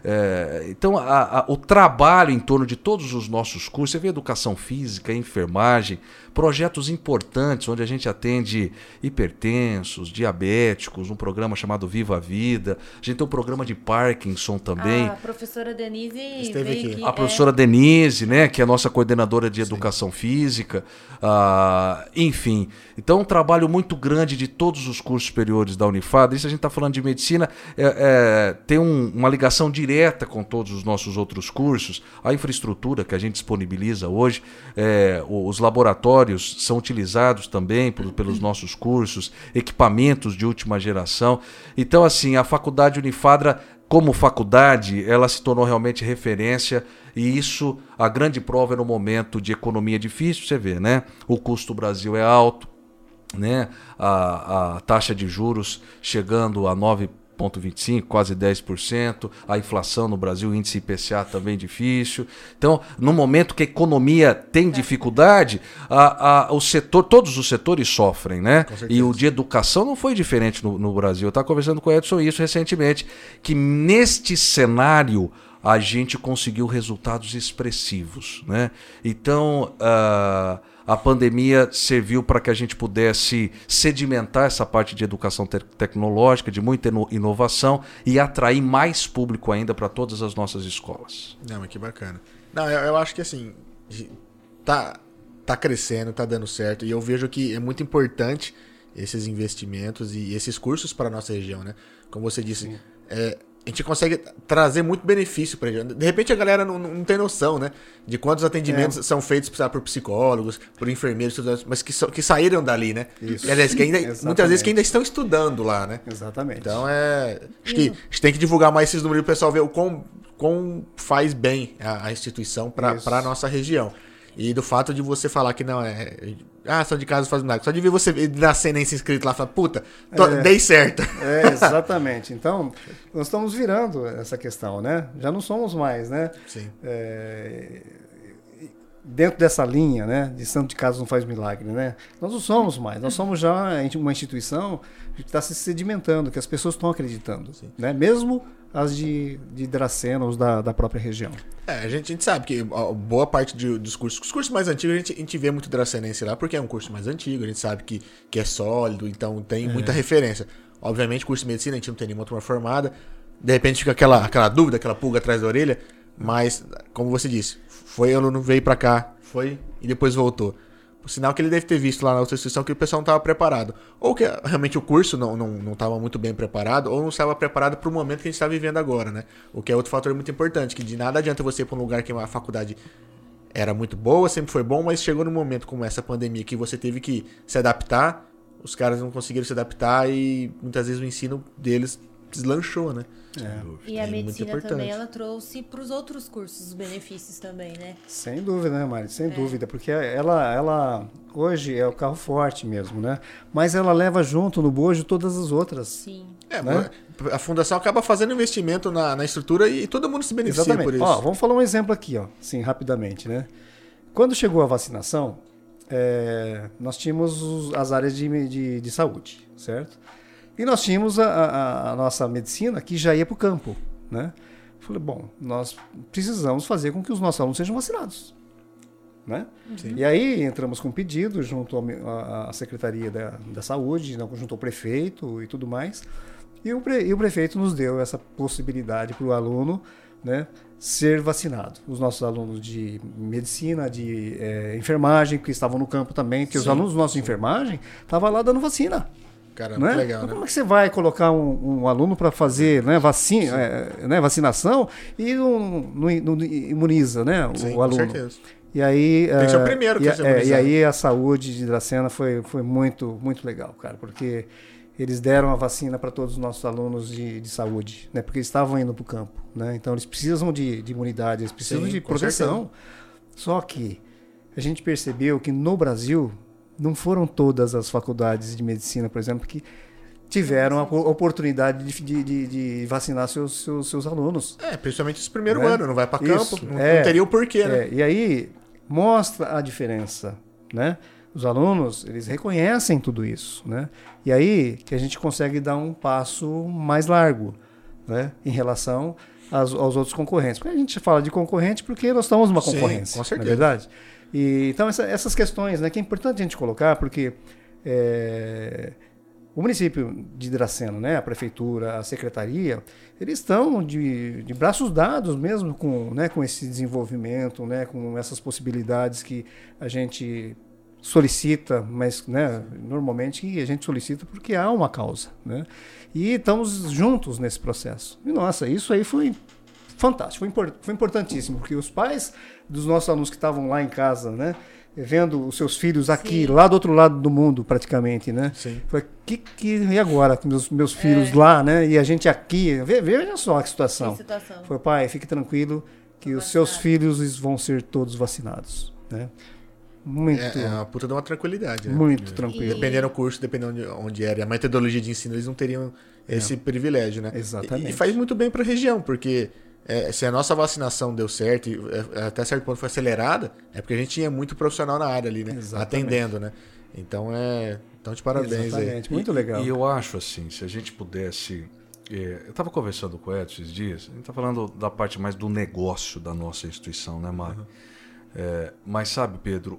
É, então, a, a, o trabalho em torno de todos os nossos cursos, você vê educação física, enfermagem, projetos importantes onde a gente atende hipertensos, diabéticos, um programa chamado Viva a Vida, a gente tem um programa de Parkinson também. A professora Denise Esteve veio aqui. aqui. A professora é... Denise, né, que é a nossa coordenadora de educação educação física, uh, enfim. Então, um trabalho muito grande de todos os cursos superiores da Unifadra. Isso a gente está falando de medicina, é, é, tem um, uma ligação direta com todos os nossos outros cursos. A infraestrutura que a gente disponibiliza hoje, é, os laboratórios são utilizados também por, pelos nossos cursos, equipamentos de última geração. Então, assim, a Faculdade Unifadra, como faculdade, ela se tornou realmente referência, e isso, a grande prova é no momento de economia difícil, você vê, né? O custo do Brasil é alto, né? A, a taxa de juros chegando a nove vírgula vinte e cinco por cento, quase dez por cento, a inflação no Brasil, o índice I P C A também difícil. Então, no momento que a economia tem dificuldade, a, a, o setor, todos os setores sofrem, né? E o de educação não foi diferente no, no Brasil. Eu estava conversando com o Edson isso recentemente, que neste cenário a gente conseguiu resultados expressivos, né? Então, uh, a pandemia serviu para que a gente pudesse sedimentar essa parte de educação te- tecnológica, de muita ino- inovação e atrair mais público ainda para todas as nossas escolas. Não, mas que bacana. Não, eu, eu acho que assim, tá, tá crescendo, tá dando certo, e eu vejo que é muito importante esses investimentos e esses cursos para a nossa região, né? Como você disse, é, a gente consegue trazer muito benefício para a região. De repente a galera não, não tem noção, né? De quantos atendimentos é. são feitos por psicólogos, por enfermeiros, mas que, so, que saíram dali, né? Isso. E, aliás, que ainda, muitas vezes que ainda estão estudando lá, né? Exatamente. Então é. Acho que a gente tem que divulgar mais esses números para o pessoal ver o quão, quão faz bem a, a instituição para a nossa região. E do fato de você falar que não é. Ah, só de casa faz milagre. Só de ver você nascer nem se inscrito lá e falar, puta, tô, é, dei certo. É, exatamente. Então, nós estamos virando essa questão, né? Já não somos mais, né? Sim. É, dentro dessa linha, né? De santo de casa não faz milagre, né? Nós não somos mais. Nós somos já uma instituição que está se sedimentando, que as pessoas estão acreditando. Sim. Né? Mesmo as de, de Dracena, os da, da própria região. É, a gente, a gente sabe que boa parte de, dos cursos, os cursos mais antigos, a gente, a gente vê muito dracenense lá, porque é um curso mais antigo, a gente sabe que, que é sólido, então tem muita é. referência. Obviamente, curso de medicina, a gente não tem nenhuma turma formada, de repente fica aquela, aquela dúvida, aquela pulga atrás da orelha, mas, como você disse, foi aluno, veio pra cá, foi e depois voltou. O sinal que ele deve ter visto lá na outra instituição que o pessoal não estava preparado. Ou que realmente o curso não estava não, não muito bem preparado, ou não estava preparado para o momento que a gente está vivendo agora, né? O que é outro fator muito importante, que de nada adianta você ir para um lugar que a faculdade era muito boa, sempre foi bom, mas chegou num momento como essa pandemia que você teve que se adaptar, os caras não conseguiram se adaptar e muitas vezes o ensino deles deslanchou, né? É. E a é medicina também, ela trouxe para os outros cursos os benefícios também, né? Sem dúvida, né, Mari? Sem é. dúvida, porque ela, ela hoje é o carro forte mesmo, né? Mas ela leva junto no bojo todas as outras. Sim. É, né? A fundação acaba fazendo investimento na, na estrutura e todo mundo se beneficia Exatamente. por isso. Ó, vamos falar um exemplo aqui, ó, sim, rapidamente, né? Quando chegou a vacinação, é, nós tínhamos os, as áreas de, de, de saúde, certo? E nós tínhamos a, a, a nossa medicina que já ia para o campo, né? Falei, bom, nós precisamos fazer com que os nossos alunos sejam vacinados, né? Sim. E aí entramos com um pedido junto à Secretaria da, da Saúde, junto ao prefeito e tudo mais, e o, pre, e o prefeito nos deu essa possibilidade para o aluno, né, ser vacinado. Os nossos alunos de medicina, de é, enfermagem, que estavam no campo também, porque sim, os alunos nossos de enfermagem estavam lá dando vacina. Caramba, né? legal, então, né? como é que você vai colocar um, um aluno para fazer, né, vacina, é, né, vacinação e não, não, não imuniza, né, o, sim, o aluno? Com certeza. E aí, tem que ser o primeiro que e, vai ser é, e aí a saúde de Dracena foi, foi muito, muito legal, cara, porque eles deram a vacina para todos os nossos alunos de, de saúde, né, porque eles estavam indo para o campo, né, então eles precisam de, de imunidade, eles precisam sim, de proteção. Só que a gente percebeu que no Brasil não foram todas as faculdades de medicina, por exemplo, que tiveram a oportunidade de, de, de vacinar seus, seus, seus alunos. É, principalmente esse primeiro né? ano, não vai para campo, Isso, não, é, não teria o porquê, é, né? E aí mostra a diferença, né? Os alunos, eles reconhecem tudo isso, né? E aí que a gente consegue dar um passo mais largo, né? Em relação aos, aos outros concorrentes. Porque a gente fala de concorrente porque nós estamos numa concorrência, sim, com certeza. Não é verdade? E, então, essa, essas questões, né, que é importante a gente colocar, porque é, o município de Dracena, né, a prefeitura, a secretaria, eles estão de, de braços dados mesmo com, né, com esse desenvolvimento, né, com essas possibilidades que a gente solicita, mas né, normalmente a gente solicita porque há uma causa, né? E estamos juntos nesse processo. E nossa, isso aí foi fantástico, foi, import, foi importantíssimo, porque os pais dos nossos alunos que estavam lá em casa, né, vendo os seus filhos aqui, Sim. lá do outro lado do mundo, praticamente, né? Sim. Foi, que, que, e agora, com meus, meus filhos é. lá, né? E a gente aqui, ve, veja só que situação. Que situação. Foi, pai, fique tranquilo que Tô os vacinado. seus filhos vão ser todos vacinados, né? Muito. É, é uma puta de uma tranquilidade, né? Muito e, tranquilo. Dependendo do curso, dependendo de onde era, a metodologia de ensino, eles não teriam esse é. privilégio, né? Exatamente. E, e faz muito bem para a região, porque é, se a nossa vacinação deu certo e é, até certo ponto foi acelerada, é porque a gente tinha muito profissional na área ali, né? Exatamente. Atendendo, né? Então, é... Então, de parabéns. Exatamente. Aí. Muito legal. E, e eu acho assim, se a gente pudesse... É, eu estava conversando com o Edson esses dias, a gente está falando da parte mais do negócio da nossa instituição, né, Mário? Uhum. É, mas sabe, Pedro,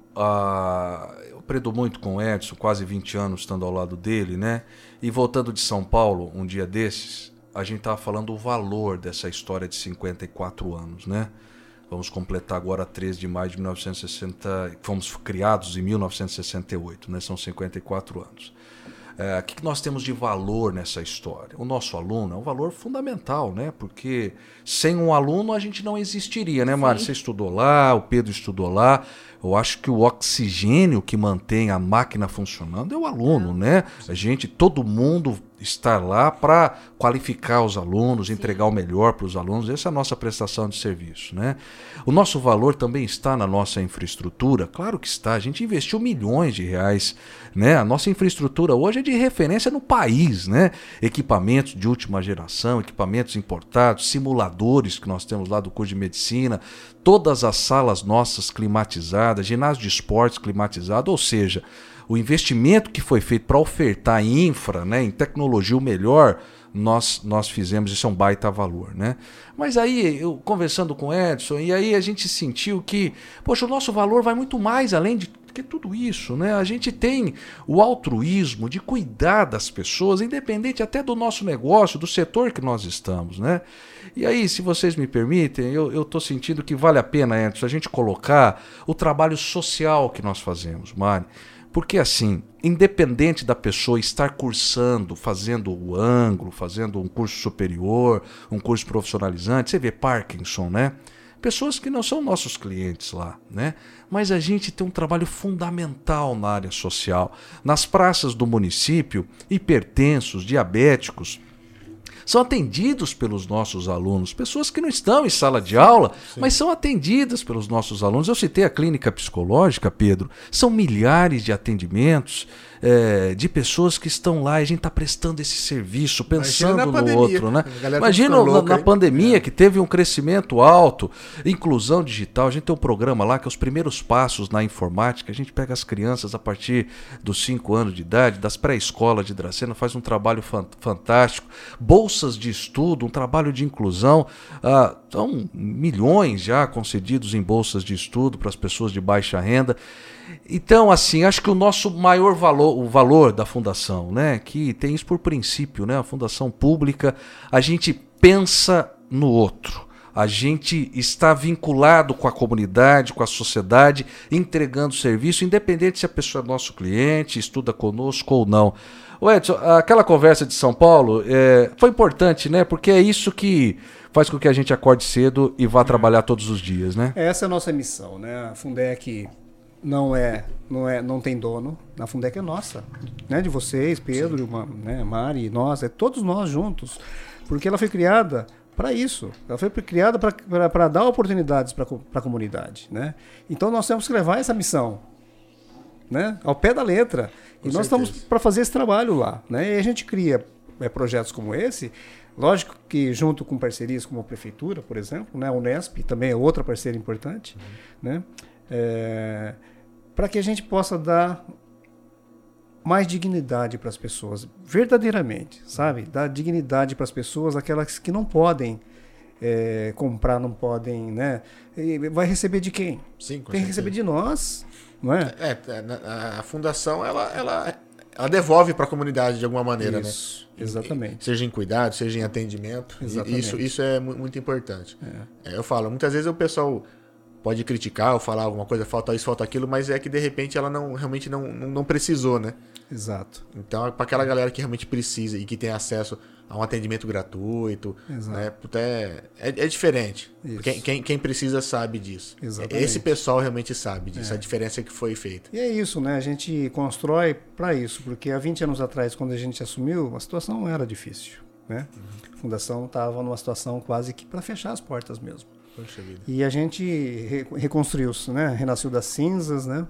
a, eu aprendo muito com o Edson, quase vinte anos estando ao lado dele, né? E voltando de São Paulo, um dia desses, a gente estava falando o valor dessa história de cinquenta e quatro anos, né? Vamos completar agora treze de maio de mil novecentos e sessenta, fomos criados em mil novecentos e sessenta e oito, né? São cinquenta e quatro anos. É, o que nós temos de valor nessa história? O nosso aluno é um valor fundamental, né? Porque sem um aluno a gente não existiria, né, Mário? Você estudou lá, o Pedro estudou lá. Eu acho que o oxigênio que mantém a máquina funcionando é o aluno, é. né? A gente, todo mundo estar lá para qualificar os alunos, Sim. entregar o melhor para os alunos. Essa é a nossa prestação de serviço, né? O nosso valor também está na nossa infraestrutura. Claro que está. A gente investiu milhões de reais, né? A nossa infraestrutura hoje é de referência no país, né? Equipamentos de última geração, equipamentos importados, simuladores que nós temos lá do curso de medicina, todas as salas nossas climatizadas, ginásio de esportes climatizado, ou seja, o investimento que foi feito para ofertar em infra, né, em tecnologia o melhor, nós, nós fizemos, isso é um baita valor, né? Mas aí, eu conversando com o Edson, e aí a gente sentiu que, poxa, o nosso valor vai muito mais além de que tudo isso, né? A gente tem o altruísmo de cuidar das pessoas, independente até do nosso negócio, do setor que nós estamos, né? E aí, se vocês me permitem, eu estou sentindo que vale a pena, Edson, a gente colocar o trabalho social que nós fazemos, Mário. Porque assim, independente da pessoa estar cursando, fazendo o ângulo, fazendo um curso superior, um curso profissionalizante, você vê Parkinson, né? Pessoas que não são nossos clientes lá, né? Mas a gente tem um trabalho fundamental na área social. Nas praças do município, hipertensos, diabéticos, são atendidos pelos nossos alunos, pessoas que não estão em sala de aula, Sim. mas são atendidas pelos nossos alunos. Eu citei a clínica psicológica, Pedro, são milhares de atendimentos é, de pessoas que estão lá e a gente está prestando esse serviço, pensando no pandemia. outro, né? Imagina na, na pandemia, é. que teve um crescimento alto, inclusão digital, a gente tem um programa lá que é os primeiros passos na informática, a gente pega as crianças a partir dos cinco anos de idade, das pré-escolas de Dracena, faz um trabalho fantástico, bolsas de estudo, um trabalho de inclusão, ah, são milhões já concedidos em bolsas de estudo para as pessoas de baixa renda. Então, assim, acho que o nosso maior valor, o valor da fundação, né, que tem isso por princípio, né, a fundação pública, a gente pensa no outro. A gente está vinculado com a comunidade, com a sociedade, entregando serviço, independente se a pessoa é nosso cliente, estuda conosco ou não. O Edson, aquela conversa de São Paulo é, foi importante, né? Porque é isso que faz com que a gente acorde cedo e vá trabalhar todos os dias, né? Essa é a nossa missão, né? A Fundec não é, não é, não tem dono. A Fundec é nossa, né? De vocês, Pedro, uma, né? Mari, nós, é todos nós juntos, porque ela foi criada para isso. Ela foi criada para dar oportunidades para a comunidade, né? Então nós temos que levar essa missão, né, ao pé da letra. Com e nós certeza. Estamos para fazer esse trabalho lá, né? E a gente cria é, projetos como esse, lógico que junto com parcerias como a Prefeitura, por exemplo, né? A Unesp também é outra parceira importante, uhum. né? É, para que a gente possa dar mais dignidade para as pessoas, verdadeiramente, sabe? Dar dignidade para as pessoas, aquelas que não podem é, comprar, não podem, né? E vai receber de quem? Sim, com Tem certeza. que receber de nós, não é? É, a fundação, ela, ela ela devolve para a comunidade de alguma maneira, isso, né? Exatamente. Seja em cuidado, seja em atendimento. Exatamente. Isso, isso é muito importante. É. É, eu falo, muitas vezes o pessoal pode criticar ou falar alguma coisa, falta isso, falta aquilo, mas é que de repente ela não, realmente não, não, não precisou, né? Exato. Então, para aquela galera que realmente precisa e que tem acesso a um atendimento gratuito, Exato. né? É, é, é diferente. Isso. Quem, quem, quem precisa sabe disso. Exatamente. Esse pessoal realmente sabe disso, É. a diferença que foi feita. E é isso, né? A gente constrói para isso, porque há vinte anos atrás, quando a gente assumiu, a situação não era difícil, né? A fundação estava numa situação quase que para fechar as portas mesmo. Poxa vida. E a gente re- reconstruiu-se, né? Renasceu das cinzas, né?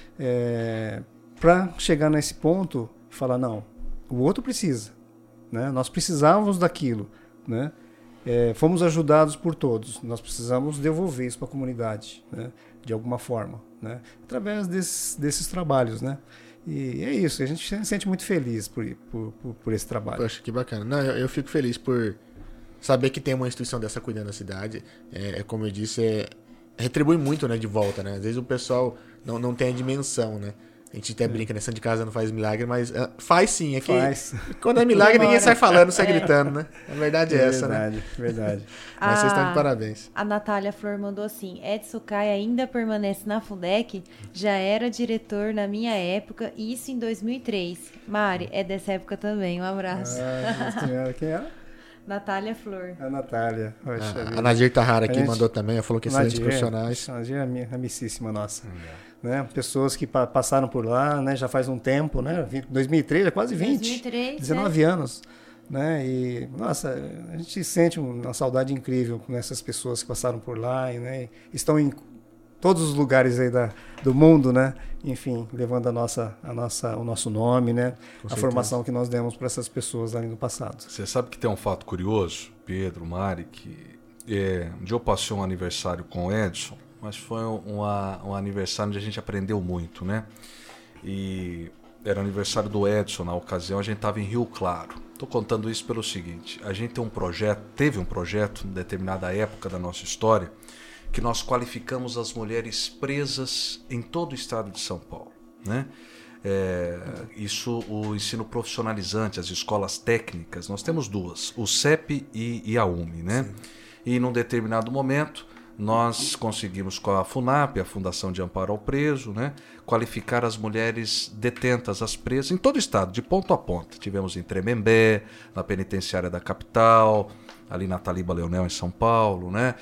É, para chegar nesse ponto e falar, não, o outro precisa, né? Nós precisávamos daquilo, né? É, fomos ajudados por todos, nós precisamos devolver isso para a comunidade, né? De alguma forma, né? Através desses, desses trabalhos, né? E é isso, a gente se sente muito feliz por, por, por, por esse trabalho. Poxa, que bacana. Não, eu, eu fico feliz por saber que tem uma instituição dessa cuidando da cidade. É, é como eu disse, é, retribui muito, né, de volta, né? Às vezes o pessoal não, não tem a dimensão, né? A gente até brinca, né? Santo de casa não faz milagre, mas uh, faz sim. É que Faz. quando é milagre, ninguém sai falando, sai gritando, né? A verdade é, É essa, verdade, né? verdade. Mas vocês estão de Ah, parabéns. A Natália Flor mandou assim: Edson Caio ainda permanece na Fundec, já era diretor na minha época, e isso em dois mil e três. Mari, é dessa época também, um abraço. Ah, Nossa Senhora, quem é? Natália Flor. A Natália. Poxa A, vida. a Nadir Tahara aqui A gente- mandou também, ela falou que excelentes Nadir, profissionais. Nadir é ami- amicíssima nossa. Né? Pessoas que pa- passaram por lá, né? Já faz um tempo, né? Vi- dois mil e três, já quase vinte. dois mil e três, dezenove anos. Né? E, nossa, a gente sente uma saudade incrível com essas pessoas que passaram por lá e, né? Estão em todos os lugares aí da, do mundo, né? Enfim, levando a nossa, a nossa, o nosso nome, né? Com A certeza. formação que nós demos para essas pessoas ali no passado. Você sabe que tem um fato curioso, Pedro, Mari, que é, um dia eu passei um aniversário com o Edson, mas foi um, uma- um aniversário onde a gente aprendeu muito, né? E era aniversário do Edson, na ocasião a gente estava em Rio Claro. Estou contando isso pelo seguinte, a gente tem um projeto, teve um projeto em determinada época da nossa história, que nós qualificamos as mulheres presas em todo o estado de São Paulo, né? É, isso, o ensino profissionalizante, as escolas técnicas, nós temos duas, o C E P e, e a U M E, né? E num determinado momento nós conseguimos com a FUNAP, a Fundação de Amparo ao Preso, né, qualificar as mulheres detentas, as presas, em todo o estado, de ponta a ponta. Tivemos em Tremembé, na penitenciária da capital, ali na Taliba Leonel, em São Paulo, né,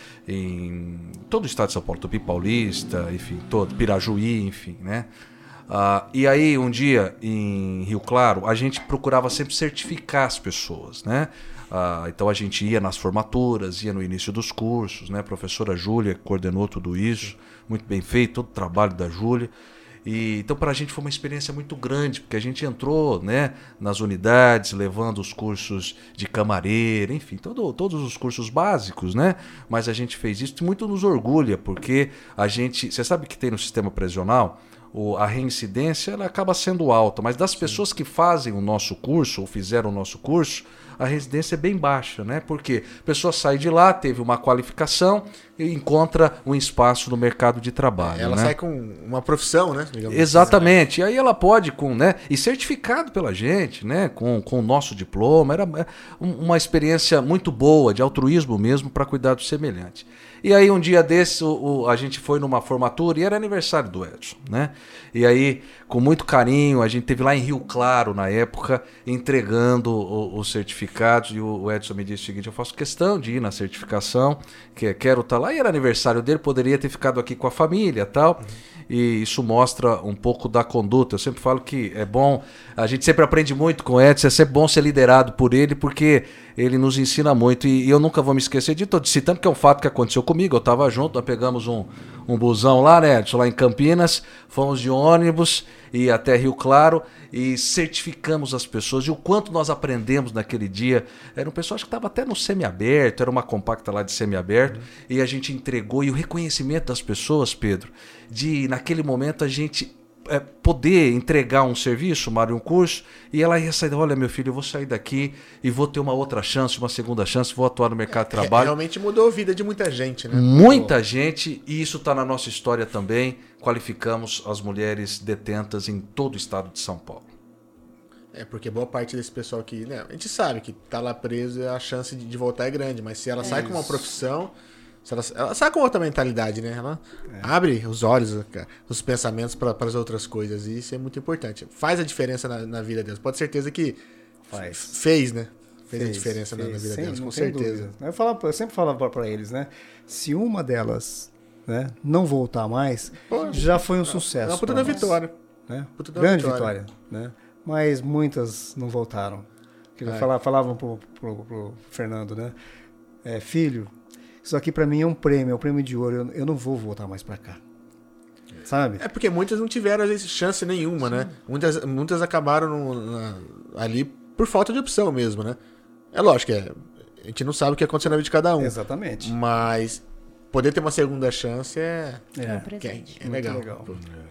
em todo o estado de São Paulo, Tupi Paulista, enfim, todo, Pirajuí, enfim, né. Ah, e aí, um dia, em Rio Claro, a gente procurava sempre certificar as pessoas, né? Ah, então a gente ia nas formaturas, ia no início dos cursos, né? A professora Júlia coordenou tudo isso, muito bem feito, todo o trabalho da Júlia. E, então, para a gente foi uma experiência muito grande, porque a gente entrou, né, nas unidades, levando os cursos de camareira, enfim, todo, todos os cursos básicos, né? Mas a gente fez isso e muito nos orgulha, porque a gente... Você sabe que tem no sistema prisional... O, a reincidência ela acaba sendo alta, mas das pessoas que fazem o nosso curso ou fizeram o nosso curso, a reincidência é bem baixa, né? Porque a pessoa sai de lá, teve uma qualificação e encontra um espaço no mercado de trabalho. Ela né? sai com uma profissão, né? Digamos Exatamente. E aí ela pode, com, né? E certificado pela gente, né? Com, com o nosso diploma. Era é, uma experiência muito boa, de altruísmo mesmo, para cuidar do semelhante. E aí um dia desse o, o, a gente foi numa formatura e era aniversário do Edson, né? E aí, com muito carinho, a gente teve lá em Rio Claro, na época, entregando o, os certificados. E o, o Edson me disse o seguinte: eu faço questão de ir na certificação, que quero estar lá. E era aniversário dele, poderia ter ficado aqui com a família e tal. E isso mostra um pouco da conduta. Eu sempre falo que é bom, a gente sempre aprende muito com o Edson, é sempre bom ser liderado por ele, porque ele nos ensina muito. E, e eu nunca vou me esquecer de todo, citando que é um fato que aconteceu comigo. Eu estava junto, nós pegamos um, um busão lá, né, Edson, lá em Campinas, fomos de ônibus e até Rio Claro e certificamos as pessoas. E o quanto nós aprendemos naquele dia. Era um pessoal que estava até no semiaberto, era uma compacta lá de semiaberto, uhum. E a gente entregou. E o reconhecimento das pessoas, Pedro, de naquele momento a gente é, poder entregar um serviço, Mário, um curso, e ela ia sair, olha meu filho, eu vou sair daqui e vou ter uma outra chance, uma segunda chance, vou atuar no mercado de trabalho. Realmente mudou a vida de muita gente, né? Muita Pô. gente, e isso está na nossa história também, qualificamos as mulheres detentas em todo o estado de São Paulo. É, porque boa parte desse pessoal que, né, a gente sabe que tá lá preso, a chance de, de voltar é grande, mas se ela é sai isso. com uma profissão, se ela, ela sai com outra mentalidade, né? Ela é. abre os olhos, os pensamentos para as outras coisas, e isso é muito importante. Faz a diferença na, na vida delas. Pode ter certeza que Faz. fez, né? Fez, fez a diferença fez, na, na vida sem, delas, com certeza. Eu, falava, eu sempre falava para eles, né? Se uma delas, né, não voltar mais, Pô, já foi um sucesso. É uma puta da vitória. Né? Puta da Grande vitória. vitória, né? Mas muitas não voltaram. Que é. falavam, falavam pro, pro, pro Fernando, né? É, filho, isso aqui para mim é um prêmio, é um prêmio de ouro. Eu, eu não vou voltar mais para cá. Sabe? É porque muitas não tiveram, às vezes, chance nenhuma, Sim. né? Muitas, muitas acabaram no, na, ali por falta de opção mesmo, né? É lógico, é, a gente não sabe o que aconteceu na vida de cada um. Exatamente. Mas poder ter uma segunda chance é, é, é, é legal. legal.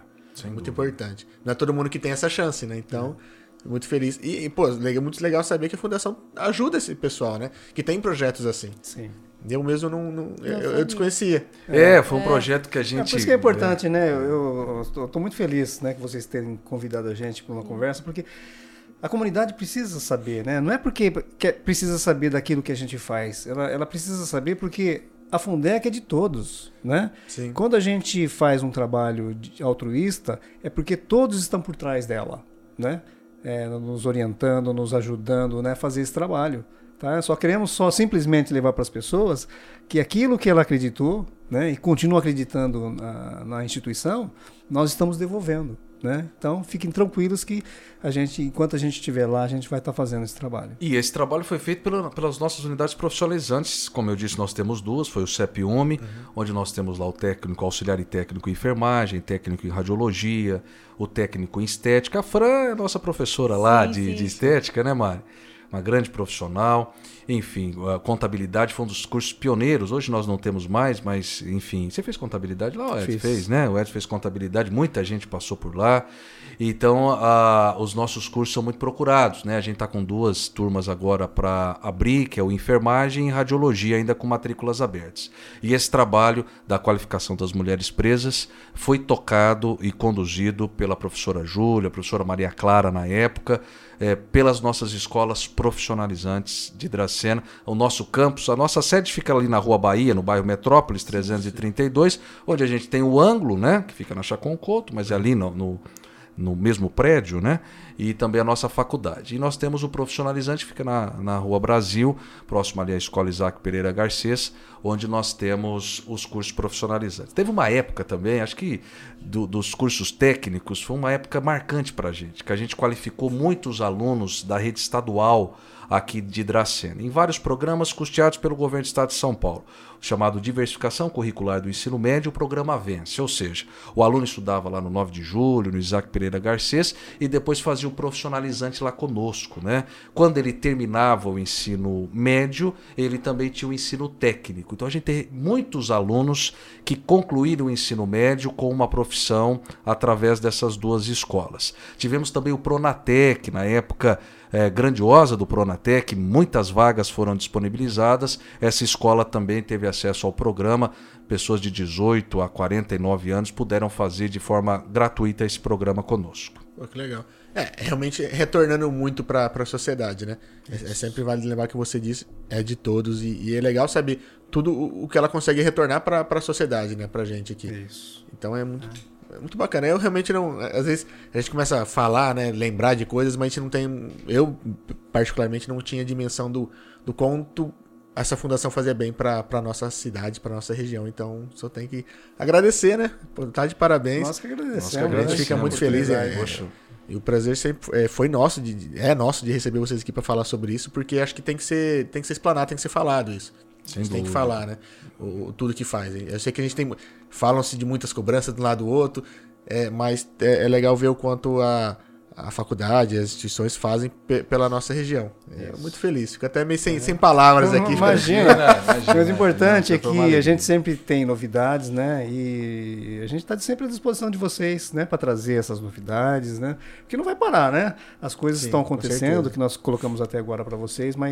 É muito dúvida. importante. Não é todo mundo que tem essa chance, né? Então, é. muito feliz. E, e, pô, é muito legal saber que a Fundação ajuda esse pessoal, né? Que tem projetos assim. Sim. Eu mesmo não, não, não eu, eu desconhecia. É, foi um é. projeto que a gente... É, por isso que é importante, é. né? Eu estou muito feliz, né, que vocês terem convidado a gente para uma conversa, porque a comunidade precisa saber, né? Não é porque precisa saber daquilo que a gente faz. Ela, ela precisa saber porque a Fundec é de todos, né? Sim. Quando a gente faz um trabalho altruísta, é porque todos estão por trás dela, né? É, nos orientando, nos ajudando, né, a fazer esse trabalho. Tá? Só queremos só simplesmente levar para as pessoas que aquilo que ela acreditou, né, e continua acreditando na, na instituição, nós estamos devolvendo. Né? Então, fiquem tranquilos que a gente, enquanto a gente estiver lá, a gente vai estar fazendo esse trabalho. E esse trabalho foi feito pela, pelas nossas unidades profissionalizantes. Como eu disse, nós temos duas, foi o CEPUME, uhum. onde nós temos lá o técnico auxiliar e técnico em enfermagem, técnico em radiologia, o técnico em estética. A Fran é a nossa professora lá sim, de, sim, de estética, né, Mari? Uma grande profissional. Enfim, a contabilidade foi um dos cursos pioneiros. Hoje nós não temos mais, mas, enfim, você fez contabilidade lá? O Ed Fiz. fez, né? O Ed fez contabilidade, muita gente passou por lá. Então, a, os nossos cursos são muito procurados, né? A gente está com duas turmas agora para abrir, que é o enfermagem e radiologia, ainda com matrículas abertas. E esse trabalho da qualificação das mulheres presas foi tocado e conduzido pela professora Júlia, a professora Maria Clara na época, é, pelas nossas escolas profissionalizantes de Dracena. O nosso campus, a nossa sede fica ali na Rua Bahia, no bairro Metrópolis trezentos e trinta e dois, onde a gente tem o ângulo, né, que fica na Chacon Couto, mas é ali no, no, no mesmo prédio, né, e também a nossa faculdade. E nós temos o profissionalizante, que fica na, na Rua Brasil, próximo ali à Escola Isaac Pereira Garcês, onde nós temos os cursos profissionalizantes. Teve uma época também, acho que do, dos cursos técnicos, foi uma época marcante para a gente, que a gente qualificou muitos alunos da rede estadual aqui de Dracena, em vários programas custeados pelo governo do estado de São Paulo, chamado Diversificação Curricular do Ensino Médio, o programa Vence, ou seja, o aluno estudava lá no nove de julho, no Isaac Pereira Garcês, e depois fazia o profissionalizante lá conosco, né? Quando ele terminava o ensino médio, ele também tinha o ensino técnico. Então a gente tem muitos alunos que concluíram o ensino médio com uma profissão através dessas duas escolas. Tivemos também o Pronatec, na época É, grandiosa do Pronatec, muitas vagas foram disponibilizadas. Essa escola também teve acesso ao programa. Pessoas de dezoito a quarenta e nove anos puderam fazer de forma gratuita esse programa conosco. Pô, que legal. É, realmente retornando muito para a sociedade, né? É, é sempre vale lembrar que você disse, é de todos, e, e é legal saber tudo o, o que ela consegue retornar para a sociedade, né? Pra gente aqui. Isso. Então é muito... É. É muito bacana. Eu realmente não... Às vezes a gente começa a falar, né? Lembrar de coisas, mas a gente não tem... Eu, particularmente, não tinha dimensão do, do quanto essa fundação fazia bem para a nossa cidade, para nossa região. Então, só tem que agradecer, né? Tá de parabéns. Nós que agradecemos. Nós que a gente fica muito feliz. É, é, e o prazer sempre é, foi nosso, de, é nosso de receber vocês aqui para falar sobre isso, porque acho que tem que ser, tem que ser explanado, tem que ser falado isso. Sem a gente dúvida. Tem que falar, né? O, o, tudo que faz. Eu sei que a gente tem... Falam-se de muitas cobranças de um lado do outro, é, mas é, é legal ver o quanto a, a faculdade, as instituições fazem pe, pela nossa região. É, muito feliz. Fico até meio sem, é. sem palavras aqui. Imagina. O mais importante é que a gente sempre tem novidades, né? E a gente está sempre à disposição de vocês, né? Para trazer essas novidades, né? Porque não vai parar, né? As coisas Sim, estão acontecendo, que nós colocamos até agora para vocês, mas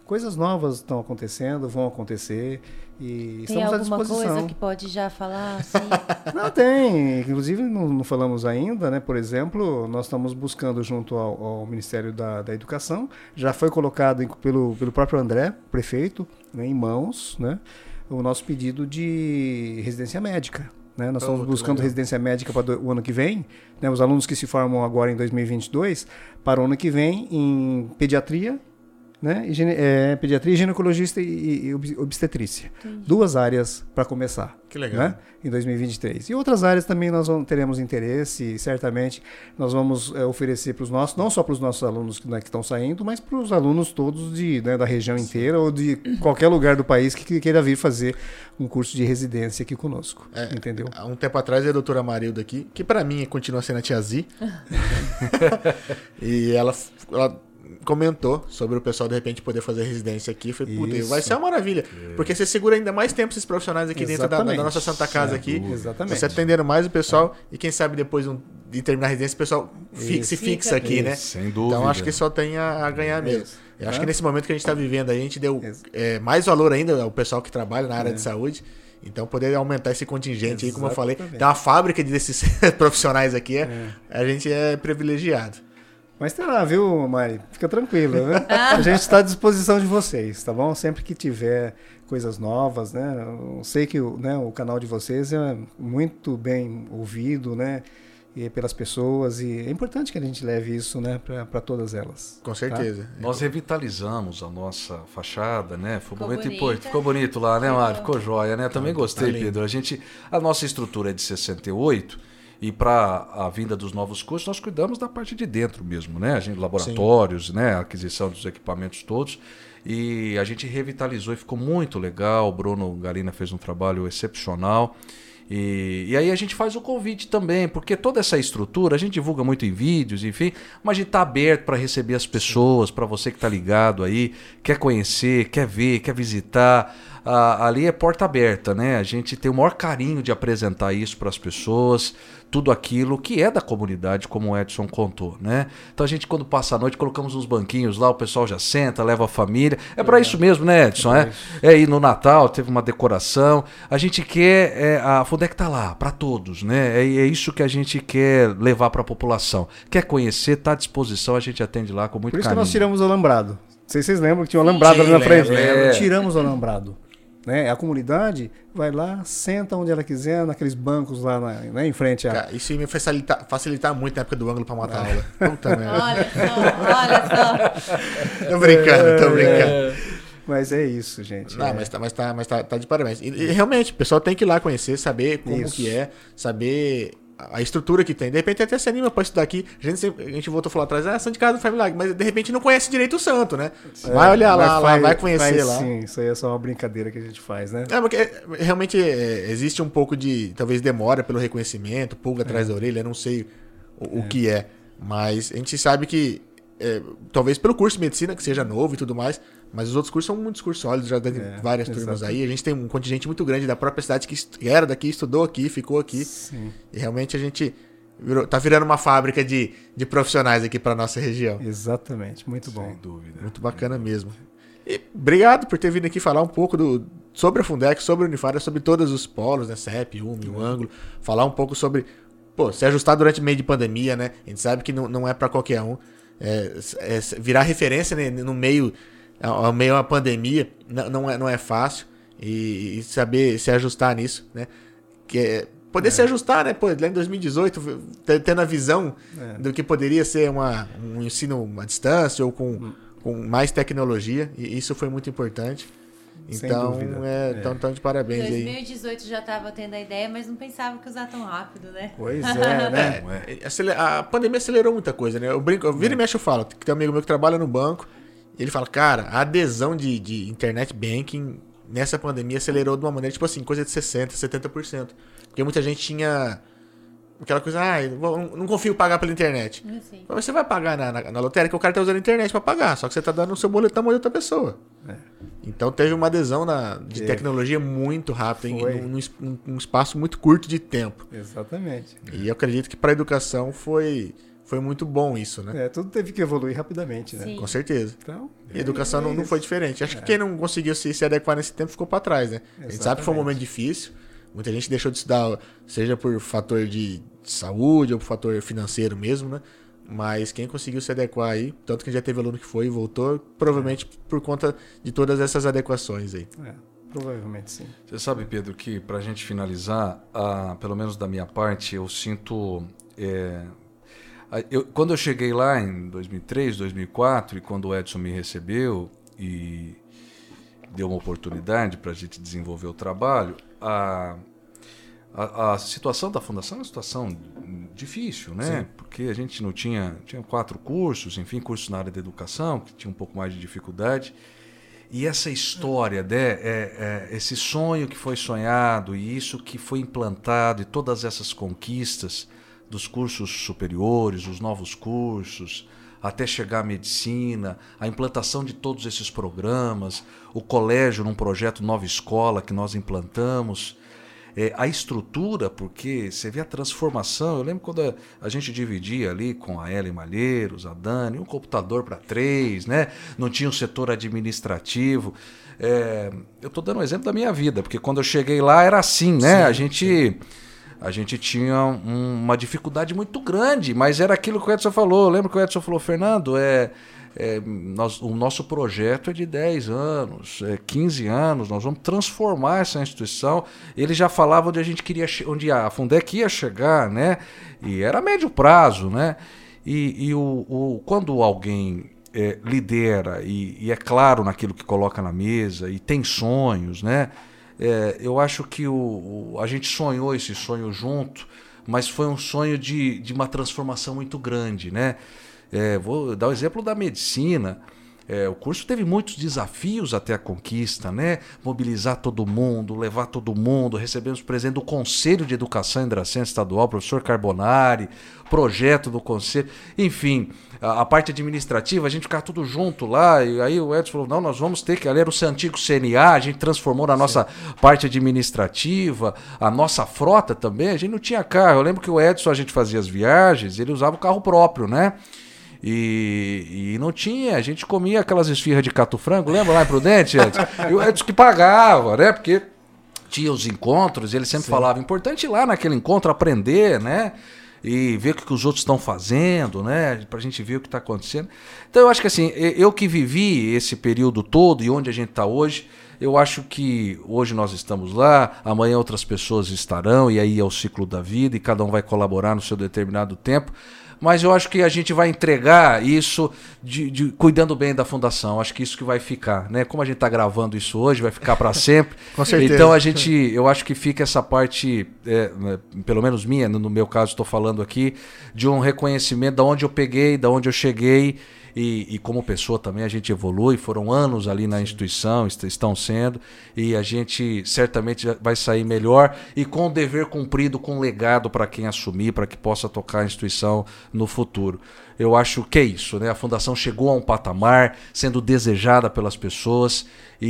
coisas novas estão acontecendo, vão acontecer e Tem estamos à alguma disposição. coisa que pode já falar assim? Não, tem. Inclusive, não, não falamos ainda, né? Por exemplo, nós estamos buscando junto ao, ao Ministério da, da Educação, já foi colocado em, pelo, pelo próprio André, prefeito, né, em mãos, né, o nosso pedido de residência médica. Né? Nós estamos Oh, buscando legal. residência médica para o ano que vem, né? Os alunos que se formam agora em dois mil e vinte e dois, para o ano que vem em pediatria, né? E, gine- é, pediatria, ginecologista e, e ob- obstetrícia. Entendi. Duas áreas para começar. Que legal. Né? Em dois mil e vinte e três. E outras áreas também nós vamos, teremos interesse e certamente nós vamos é, oferecer para os nossos, não só para os nossos alunos que, né, que estão saindo, mas para os alunos todos de, né, da região inteira ou de qualquer lugar do país que, que queira vir fazer um curso de residência aqui conosco. É, Entendeu? Há um tempo atrás a doutora Marilda aqui, que pra mim continua sendo a tia Z, e ela, ela comentou sobre o pessoal de repente poder fazer residência aqui. Foi, puta, Isso. vai ser uma maravilha, porque você segura ainda mais tempo esses profissionais aqui dentro da, da Exatamente. nossa Santa Casa aqui. Exatamente. Você atendendo mais o pessoal e quem sabe depois um- de terminar a residência o pessoal fi- se Fica fixa aqui, aqui. né? Sem dúvida. Então acho que só tem a, a ganhar mesmo. Isso. Eu acho Né? que nesse momento que a gente está vivendo aí, a gente deu Isso. é, mais valor ainda ao pessoal que trabalha na área É. de saúde. Então poder aumentar esse contingente aí, como eu falei, Exatamente. tem uma fábrica desses profissionais aqui, é, É. a gente é privilegiado. Mas terá, viu, Mari? Fica tranquila, né? A gente está à disposição de vocês, tá bom? Sempre que tiver coisas novas, né? Eu sei que o, né, o canal de vocês é muito bem ouvido, né? E pelas pessoas, e é importante que a gente leve isso, né, para todas elas. Com certeza. Nós revitalizamos a nossa fachada, né? Foi um Ficou momento bonita. importante. Ficou bonito lá, né, Ficou. Mário? Ficou jóia, né? Também gostei, tá lindo. Pedro. A gente, a nossa estrutura é de sessenta e oito e para a vinda dos novos cursos nós cuidamos da parte de dentro mesmo, né? A gente laboratórios, né? A aquisição dos equipamentos todos. E a gente revitalizou e ficou muito legal. O Bruno Galina fez um trabalho excepcional. E, e aí a gente faz o convite também, porque toda essa estrutura a gente divulga muito em vídeos, enfim, mas a gente está aberto para receber as pessoas, para você que está ligado aí, quer conhecer, quer ver, quer visitar. Ah, ali é porta aberta, né? A gente tem o maior carinho de apresentar isso para as pessoas, tudo aquilo que é da comunidade, como o Edson contou, né? Então a gente, quando passa a noite, colocamos uns banquinhos lá, o pessoal já senta, leva a família. É para isso mesmo, né, Edson? É, é aí no Natal, teve uma decoração. A gente quer, é, a Fundec tá lá, para todos, né? É, é isso que a gente quer levar para a população. Quer conhecer, tá à disposição, a gente atende lá com muito Por isso carinho. que nós tiramos o alambrado. Não sei se vocês lembram que tinha um alambrado Sim, ali na frente. lembro, lembro. Tiramos o alambrado. Né? A comunidade vai lá, senta onde ela quiser, naqueles bancos lá na, né, em frente a... Cara, isso ia me facilitar, facilitar muito na época do ângulo para matar a aula. Puta merda. Olha só, olha só. Tô brincando, tô brincando. Mas é isso, gente. Não, é. mas, tá, mas, tá, mas tá, tá de parabéns. E, e realmente, o pessoal tem que ir lá conhecer, saber como Isso. que é, saber a a estrutura que tem. De repente até se anima pra estudar aqui. A gente, sempre, a gente voltou a falar atrás, ah, Santo de Casa não faz milagre, mas de repente não conhece direito o santo, né? É, vai olhar mas lá, lá, faz- vai conhecer faz lá. Sim, isso aí é só uma brincadeira que a gente faz, né? É, porque é, realmente é, existe um pouco de, talvez, demora pelo reconhecimento, pulga atrás da orelha, não sei o, o que é. Mas a gente sabe que, é, talvez pelo curso de medicina, que seja novo e tudo mais, mas os outros cursos são muitos cursos sólidos, já tem É, várias turmas exato. aí. A gente tem um contingente muito grande da própria cidade que est- era daqui, estudou aqui, ficou aqui. Sim, E realmente a gente virou, tá virando uma fábrica de, de profissionais aqui pra nossa região. exatamente. Muito bom. Sem dúvida. Muito bacana mesmo. E obrigado por ter vindo aqui falar um pouco do, sobre a Fundec, sobre a Unifária, sobre todos os polos, né? C E P, U M, o Ângulo. Falar um pouco sobre, pô, se ajustar durante o meio de pandemia, né? A gente sabe que não, não é pra qualquer um. É, é, virar referência, né, no meio, ao meio a pandemia, não, não, é, não é fácil. E, e saber se ajustar nisso, né? Que é, poder É. se ajustar, né? Pô, lá em dois mil e dezoito, te- tendo a visão É. do que poderia ser uma, um ensino à distância ou com, com mais tecnologia, e isso foi muito importante. Sem Então, dúvida. é, É. então, então de parabéns dois aí. mil e dezoito já estava tendo a ideia, mas não pensava que usar tão rápido, né? Pois é, né? Não é? É, acele- a pandemia acelerou muita coisa, né? Eu brinco, eu viro e mexe eu falo, que tem um amigo meu que trabalha no banco, e ele fala, cara, a adesão de, de internet banking nessa pandemia acelerou de uma maneira, tipo assim, coisa de sessenta, setenta por cento. Porque muita gente tinha aquela coisa, ah, eu vou- não confio pagar pela internet. Assim. Mas você vai pagar na, na, na lotérica, o cara tá usando a internet pra pagar, só que você tá dando o seu boletão de outra pessoa. É. Então teve uma adesão na, de Teve. tecnologia muito rápida, em Foi. num, num es- num- num espaço muito curto de tempo. Exatamente. E eu acredito que para a educação foi, foi muito bom isso, né? É, tudo teve que evoluir rapidamente, né? Sim. Com certeza. Então, E a educação é não, não foi diferente. Acho que quem não conseguiu se, se adequar nesse tempo ficou para trás, né? A gente sabe que foi um momento difícil. Muita gente deixou de estudar, seja por fator de saúde ou por fator financeiro mesmo, né? Mas quem conseguiu se adequar aí, tanto que já teve aluno que foi e voltou, provavelmente por conta de todas essas adequações aí. É, provavelmente sim. Você sabe, Pedro, que para a gente finalizar, ah, pelo menos da minha parte, eu sinto... É, eu, quando eu cheguei lá em dois mil e três, dois mil e quatro, e quando o Edson me recebeu e deu uma oportunidade para a gente desenvolver o trabalho, a, a, a situação da fundação é uma situação difícil, né? Sim. Porque a gente não tinha... Tinha quatro cursos, enfim, cursos na área da educação, que tinha um pouco mais de dificuldade. E essa história, né, é, é, esse sonho que foi sonhado e isso que foi implantado e todas essas conquistas dos cursos superiores, os novos cursos, até chegar à medicina, a implantação de todos esses programas, o colégio num projeto Nova Escola que nós implantamos, é, a estrutura, porque você vê a transformação. Eu lembro quando a, a gente dividia ali com a Ellen Malheiros, a Dani, um computador para três, né? Não tinha um setor administrativo. É, eu estou dando um exemplo da minha vida, porque quando eu cheguei lá era assim, né? Sim, a gente... A gente tinha um, uma dificuldade muito grande, mas era aquilo que o Edson falou. Lembra que o Edson falou, Fernando, é, é, nós, o nosso projeto é de dez anos, é quinze anos, nós vamos transformar essa instituição. Ele já falava onde a gente queria, onde a Fundec ia chegar, né? E era a médio prazo, né? E, e o, o, quando alguém é, lidera e, e é claro naquilo que coloca na mesa e tem sonhos, né? É, eu acho que o, o, a gente sonhou esse sonho junto, mas foi um sonho de, de uma transformação muito grande, né? É, vou dar o exemplo da medicina. É, o curso teve muitos desafios até a conquista, né? Mobilizar todo mundo, levar todo mundo. Recebemos presente do Conselho de Educação em Dracena Estadual, professor Carbonari, projeto do Conselho, enfim, a, a parte administrativa, a gente ficava tudo junto lá, e aí o Edson falou, não, nós vamos ter que, ali era o antigo C N A, a gente transformou na nossa Sim. parte administrativa, a nossa frota também, a gente não tinha carro. Eu lembro que o Edson, a gente fazia as viagens, ele usava o carro próprio, né? E, e não tinha, a gente comia aquelas esfirras de cato-frango, lembra lá em Prudente, Edson? E o Edson que pagava, né? Porque tinha os encontros, e ele sempre Sim. falava, importante ir lá naquele encontro, aprender, né? E ver o que os outros estão fazendo, né? Pra gente ver o que está acontecendo. Então eu acho que assim, eu que vivi esse período todo e onde a gente está hoje, eu acho que hoje nós estamos lá, amanhã outras pessoas estarão, e aí é o ciclo da vida, e cada um vai colaborar no seu determinado tempo. Mas eu acho que a gente vai entregar isso de, de, cuidando bem da fundação. Acho que isso que vai ficar, né? Como a gente está gravando isso hoje, vai ficar para sempre. Com certeza. Então a gente, eu acho que fica essa parte, é, pelo menos minha, no meu caso estou falando aqui, de um reconhecimento da onde eu peguei, da onde eu cheguei. E, e como pessoa também a gente evolui, foram anos ali na Sim. instituição, est- estão sendo, e a gente certamente vai sair melhor e com o dever cumprido, com um legado para quem assumir, para que possa tocar a instituição no futuro. Eu acho que é isso, né? A Fundação chegou a um patamar, sendo desejada pelas pessoas,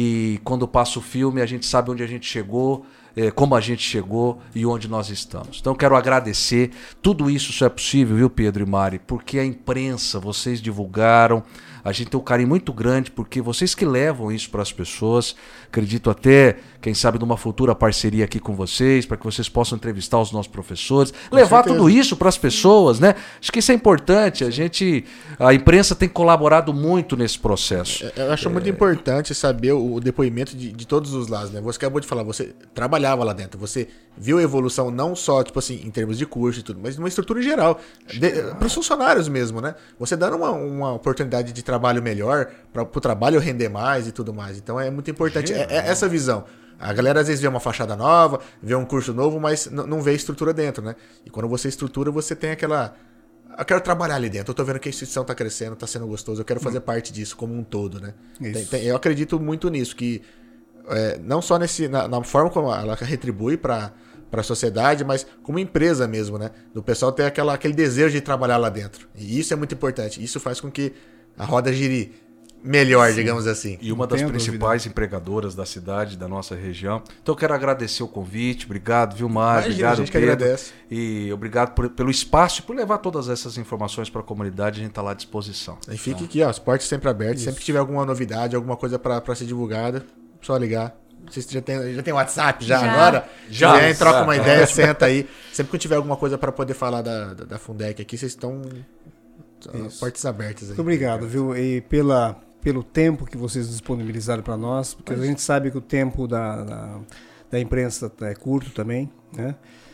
e quando passa o filme a gente sabe onde a gente chegou, É, como a gente chegou e onde nós estamos. Então quero agradecer. Tudo isso só é possível, viu, Pedro e Mari, porque a imprensa, vocês divulgaram. A gente tem um carinho muito grande porque vocês que levam isso para as pessoas. Acredito até, quem sabe, numa futura parceria aqui com vocês, para que vocês possam entrevistar os nossos professores, com levar certeza. Tudo isso para as pessoas, né? Acho que isso é importante. A gente, a imprensa tem colaborado muito nesse processo. Eu acho é... muito importante saber o depoimento de, de todos os lados, né? Você acabou de falar, você trabalhava lá dentro, você viu a evolução não só, tipo assim, em termos de curso e tudo, mas numa estrutura em geral, para os funcionários mesmo, né? Você dando uma, uma oportunidade de trabalho melhor, para o trabalho render mais e tudo mais. Então é muito importante é, é essa visão. A galera às vezes vê uma fachada nova, vê um curso novo, mas n- não vê estrutura dentro, né? E quando você estrutura, você tem aquela... Eu quero trabalhar ali dentro, eu tô vendo que a instituição tá crescendo, tá sendo gostoso, eu quero fazer hum. parte disso como um todo, né? Tem, tem, eu acredito muito nisso, que é, não só nesse, na, na forma como ela retribui para para a sociedade, mas como empresa mesmo, né? Do pessoal ter aquela, aquele desejo de trabalhar lá dentro. E isso é muito importante. Isso faz com que a roda gire melhor, digamos assim. E uma das Não tenho principais empregadoras da cidade, da nossa região. Então eu quero agradecer o convite. Obrigado, viu, Mário? Imagina, Obrigado, a gente que Pedro. agradece. E obrigado por- pelo espaço e por levar todas essas informações para a comunidade. A gente está lá à disposição. E fique aqui, ó, as portas sempre abertas. Sempre que tiver alguma novidade, alguma coisa pra, pra ser divulgada, só ligar. Vocês já tem, já tem WhatsApp já, Já. agora? Já. Vem, troca Já. uma ideia, senta aí. Sempre que eu tiver alguma coisa pra poder falar da, da, da Fundec aqui, vocês estão Isso. portas abertas aí. Muito obrigado, viu? E pela, pelo tempo que vocês disponibilizaram para nós, porque a gente sabe que o tempo da, da, da imprensa é curto também, né?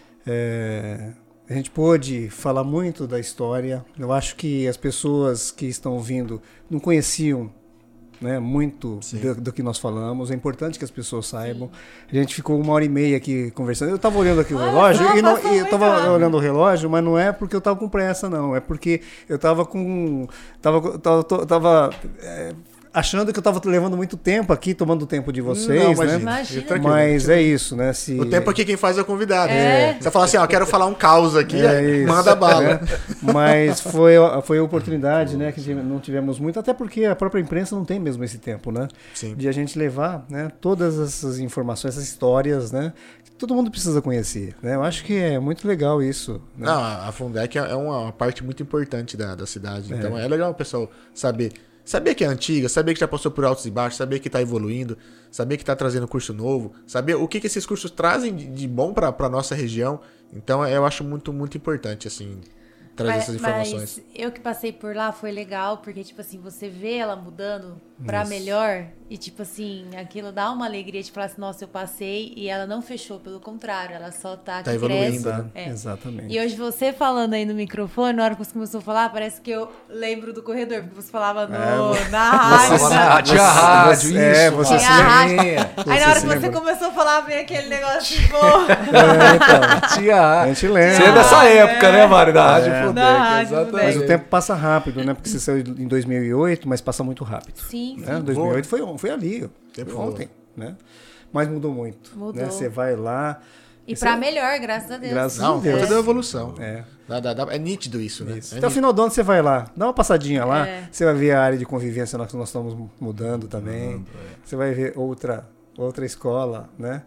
É, a gente pôde falar muito da história. Eu acho que as pessoas que estão ouvindo não conheciam, né, muito do, do que nós falamos. É importante que as pessoas saibam. A gente ficou uma hora e meia aqui conversando. Eu estava olhando aqui o Olha relógio só, e, não, passou e eu muito estava rápido. olhando o relógio, mas não é porque eu estava com pressa, não. É porque eu estava com, tava, tava, tava é, achando que eu estava levando muito tempo aqui, tomando o tempo de vocês, Não, né? imagina. Imagina. Tranquilo. Mas é isso, né? Se, O tempo aqui quem faz é o convidado. É. Você fala assim, ó, quero falar um caos aqui, É isso, manda bala. né? Mas foi, foi a oportunidade, né, que não tivemos muito, até porque a própria imprensa não tem mesmo esse tempo, né? Sim. De a gente levar, né, todas essas informações, essas histórias, né, que todo mundo precisa conhecer, né? Eu acho que é muito legal isso, né? Não, a a Fundec é uma, uma parte muito importante da, da cidade. É. Então é legal o pessoal saber. Saber que é antiga, saber que já passou por altos e baixos, saber que está evoluindo, saber que está trazendo curso novo, saber o que, que esses cursos trazem de, de bom para a nossa região. Então eu acho muito, muito importante, assim, trazer Mas- essas informações. Mas eu que passei por lá foi legal, porque, tipo assim, você vê ela mudando pra Isso. melhor e, tipo assim, aquilo dá uma alegria de falar assim, nossa, eu passei e ela não fechou, pelo contrário, ela só tá, Tá que evoluindo, cresce. né? É. Exatamente. E hoje você falando aí no microfone, na hora que você começou a falar, parece que eu lembro do corredor, porque você falava no, É, na rádio. Falava sabe? na- tinha rádio, você- é, isso. você mano. se Tinha rádio. Tinha. Aí Você na hora se que você lembra? começou a falar, vem aquele negócio assim, pô. É, então, Tinha. a gente lembra. Você é dessa época, né, Mário? Da Rádio É. Fundec, Da Rádio exatamente. Mas o tempo passa rápido, né? Porque você saiu em dois mil e oito, mas passa muito rápido. Sim, Né? sim. dois mil e oito foi, on- foi ali, Tempo foi ontem, né? Mas mudou muito. Mudou. Né? Você vai lá... E você- pra melhor, graças a Deus. Graças Não, a Deus. tudo é evolução. É. Dá- dá- dá- é nítido isso, né? Isso. É Até o nítido. final do ano você vai lá, dá uma passadinha lá, É. você vai ver a área de convivência que nós estamos mudando também. Você vai ver outra, outra escola, né?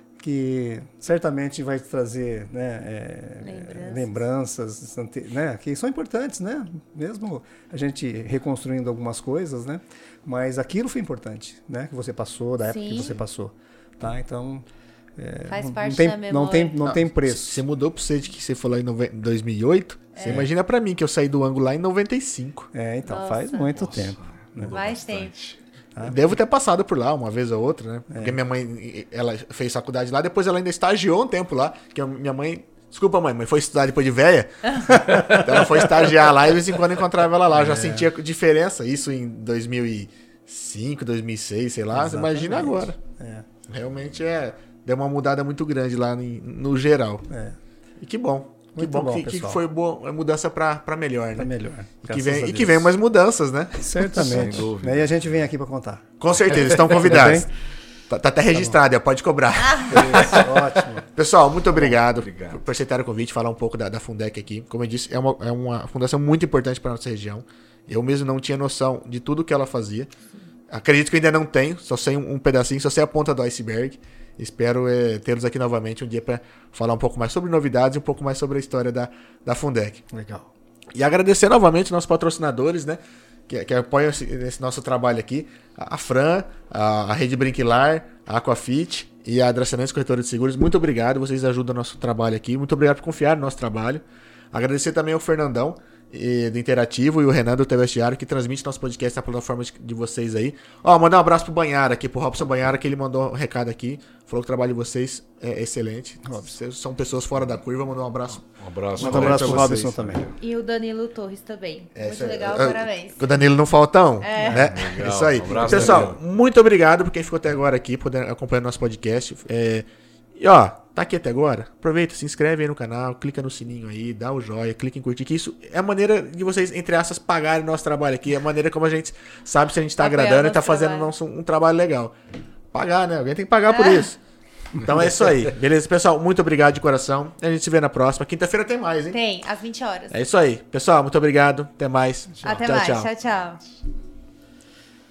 Que certamente vai te trazer, né, é, Lembranças. lembranças, ante- né, que são importantes, né? Mesmo a gente reconstruindo algumas coisas, né? Mas aquilo foi importante, né? Que você passou, da época Sim. que você passou, tá? Então é, Faz não, parte não tem, da não tem, memória. não Não, tem preço. Você mudou pro você de que você falou em nove- dois mil e oito? Você É. imagina pra mim que eu saí do ângulo lá em noventa e cinco. É, então Nossa. faz muito tempo. Né? Mais tempo. Ah. Devo ter passado por lá uma vez ou outra, né? É. Porque minha mãe, ela fez faculdade lá, depois ela ainda estagiou um tempo lá, que eu- minha mãe... Desculpa, mãe, mas foi estudar depois de véia. Então ela foi estagiar lá e de vez em quando eu encontrava ela lá. Eu já sentia diferença, isso em dois mil e cinco, dois mil e seis, sei lá. Você imagina agora. É, Realmente é... Deu uma mudada muito grande lá em- no geral. é. E que bom. Que Muito bom, bom, que, que pessoal. foi boa, mudança pra, pra melhor, né? Tá melhor. E que, graças vem, a e Deus. que vem mais mudanças, né? Certamente. Sem dúvida. Né? E a gente vem aqui para contar. Com certeza, estão convidados. Tá, tá até registrado, pode cobrar. Isso, ótimo. Pessoal, muito obrigado, Obrigado. por- por aceitar o convite, falar um pouco da, da Fundec aqui. Como eu disse, é uma, é uma fundação muito importante para nossa região. Eu mesmo não tinha noção de tudo que ela fazia. Acredito que eu ainda não tenho, só sei um, um pedacinho, só sei a ponta do iceberg. Espero é, tê-los aqui novamente um dia para falar um pouco mais sobre novidades e um pouco mais sobre a história da, da Fundec. Legal. E agradecer novamente os nossos patrocinadores, né? Que, que apoiam esse, esse nosso trabalho aqui. A, a Fran, a, a Rede Brinquilar, a Aquafit e a Dracenense Corretora de Seguros. Muito obrigado, vocês ajudam o nosso trabalho aqui. Muito obrigado por confiar no nosso trabalho. Agradecer também ao Fernandão, e, do Interativo, e o Renan do T V Vestiário, que transmite nosso podcast na plataforma de, de vocês aí. Ó, mandar um abraço pro Banhara aqui, pro Robson Banhara, que ele mandou um recado aqui. Falou que o trabalho de vocês é excelente. Vocês são pessoas fora da curva. Mandou um abraço. Um abraço. Manda um abraço pro pra Robson vocês. também. E o Danilo Torres também. É, Muito isso é- legal, é- parabéns. O Danilo não faltam, É. né? Legal. Isso aí. Um abraço, Pessoal, Danilo. muito obrigado por quem ficou até agora aqui, podendo acompanhar nosso podcast. É, e ó, tá aqui até agora? Aproveita, se inscreve aí no canal, clica no sininho aí, dá o joia, clica em curtir, que isso é a maneira de vocês, entre aspas, pagarem nosso trabalho aqui, é a maneira como a gente sabe se a gente tá Apoiar agradando e tá nosso fazendo trabalho. nosso, um trabalho legal. Pagar, né? Alguém tem que pagar por isso. Então é isso aí. Beleza, pessoal? Muito obrigado de coração. A gente se vê na próxima. Quinta-feira tem mais, hein? Tem, às vinte horas. É isso aí. Pessoal, muito obrigado. Até mais. Até tchau, mais. tchau. Tchau, tchau.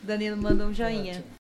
Danilo mandou um joinha.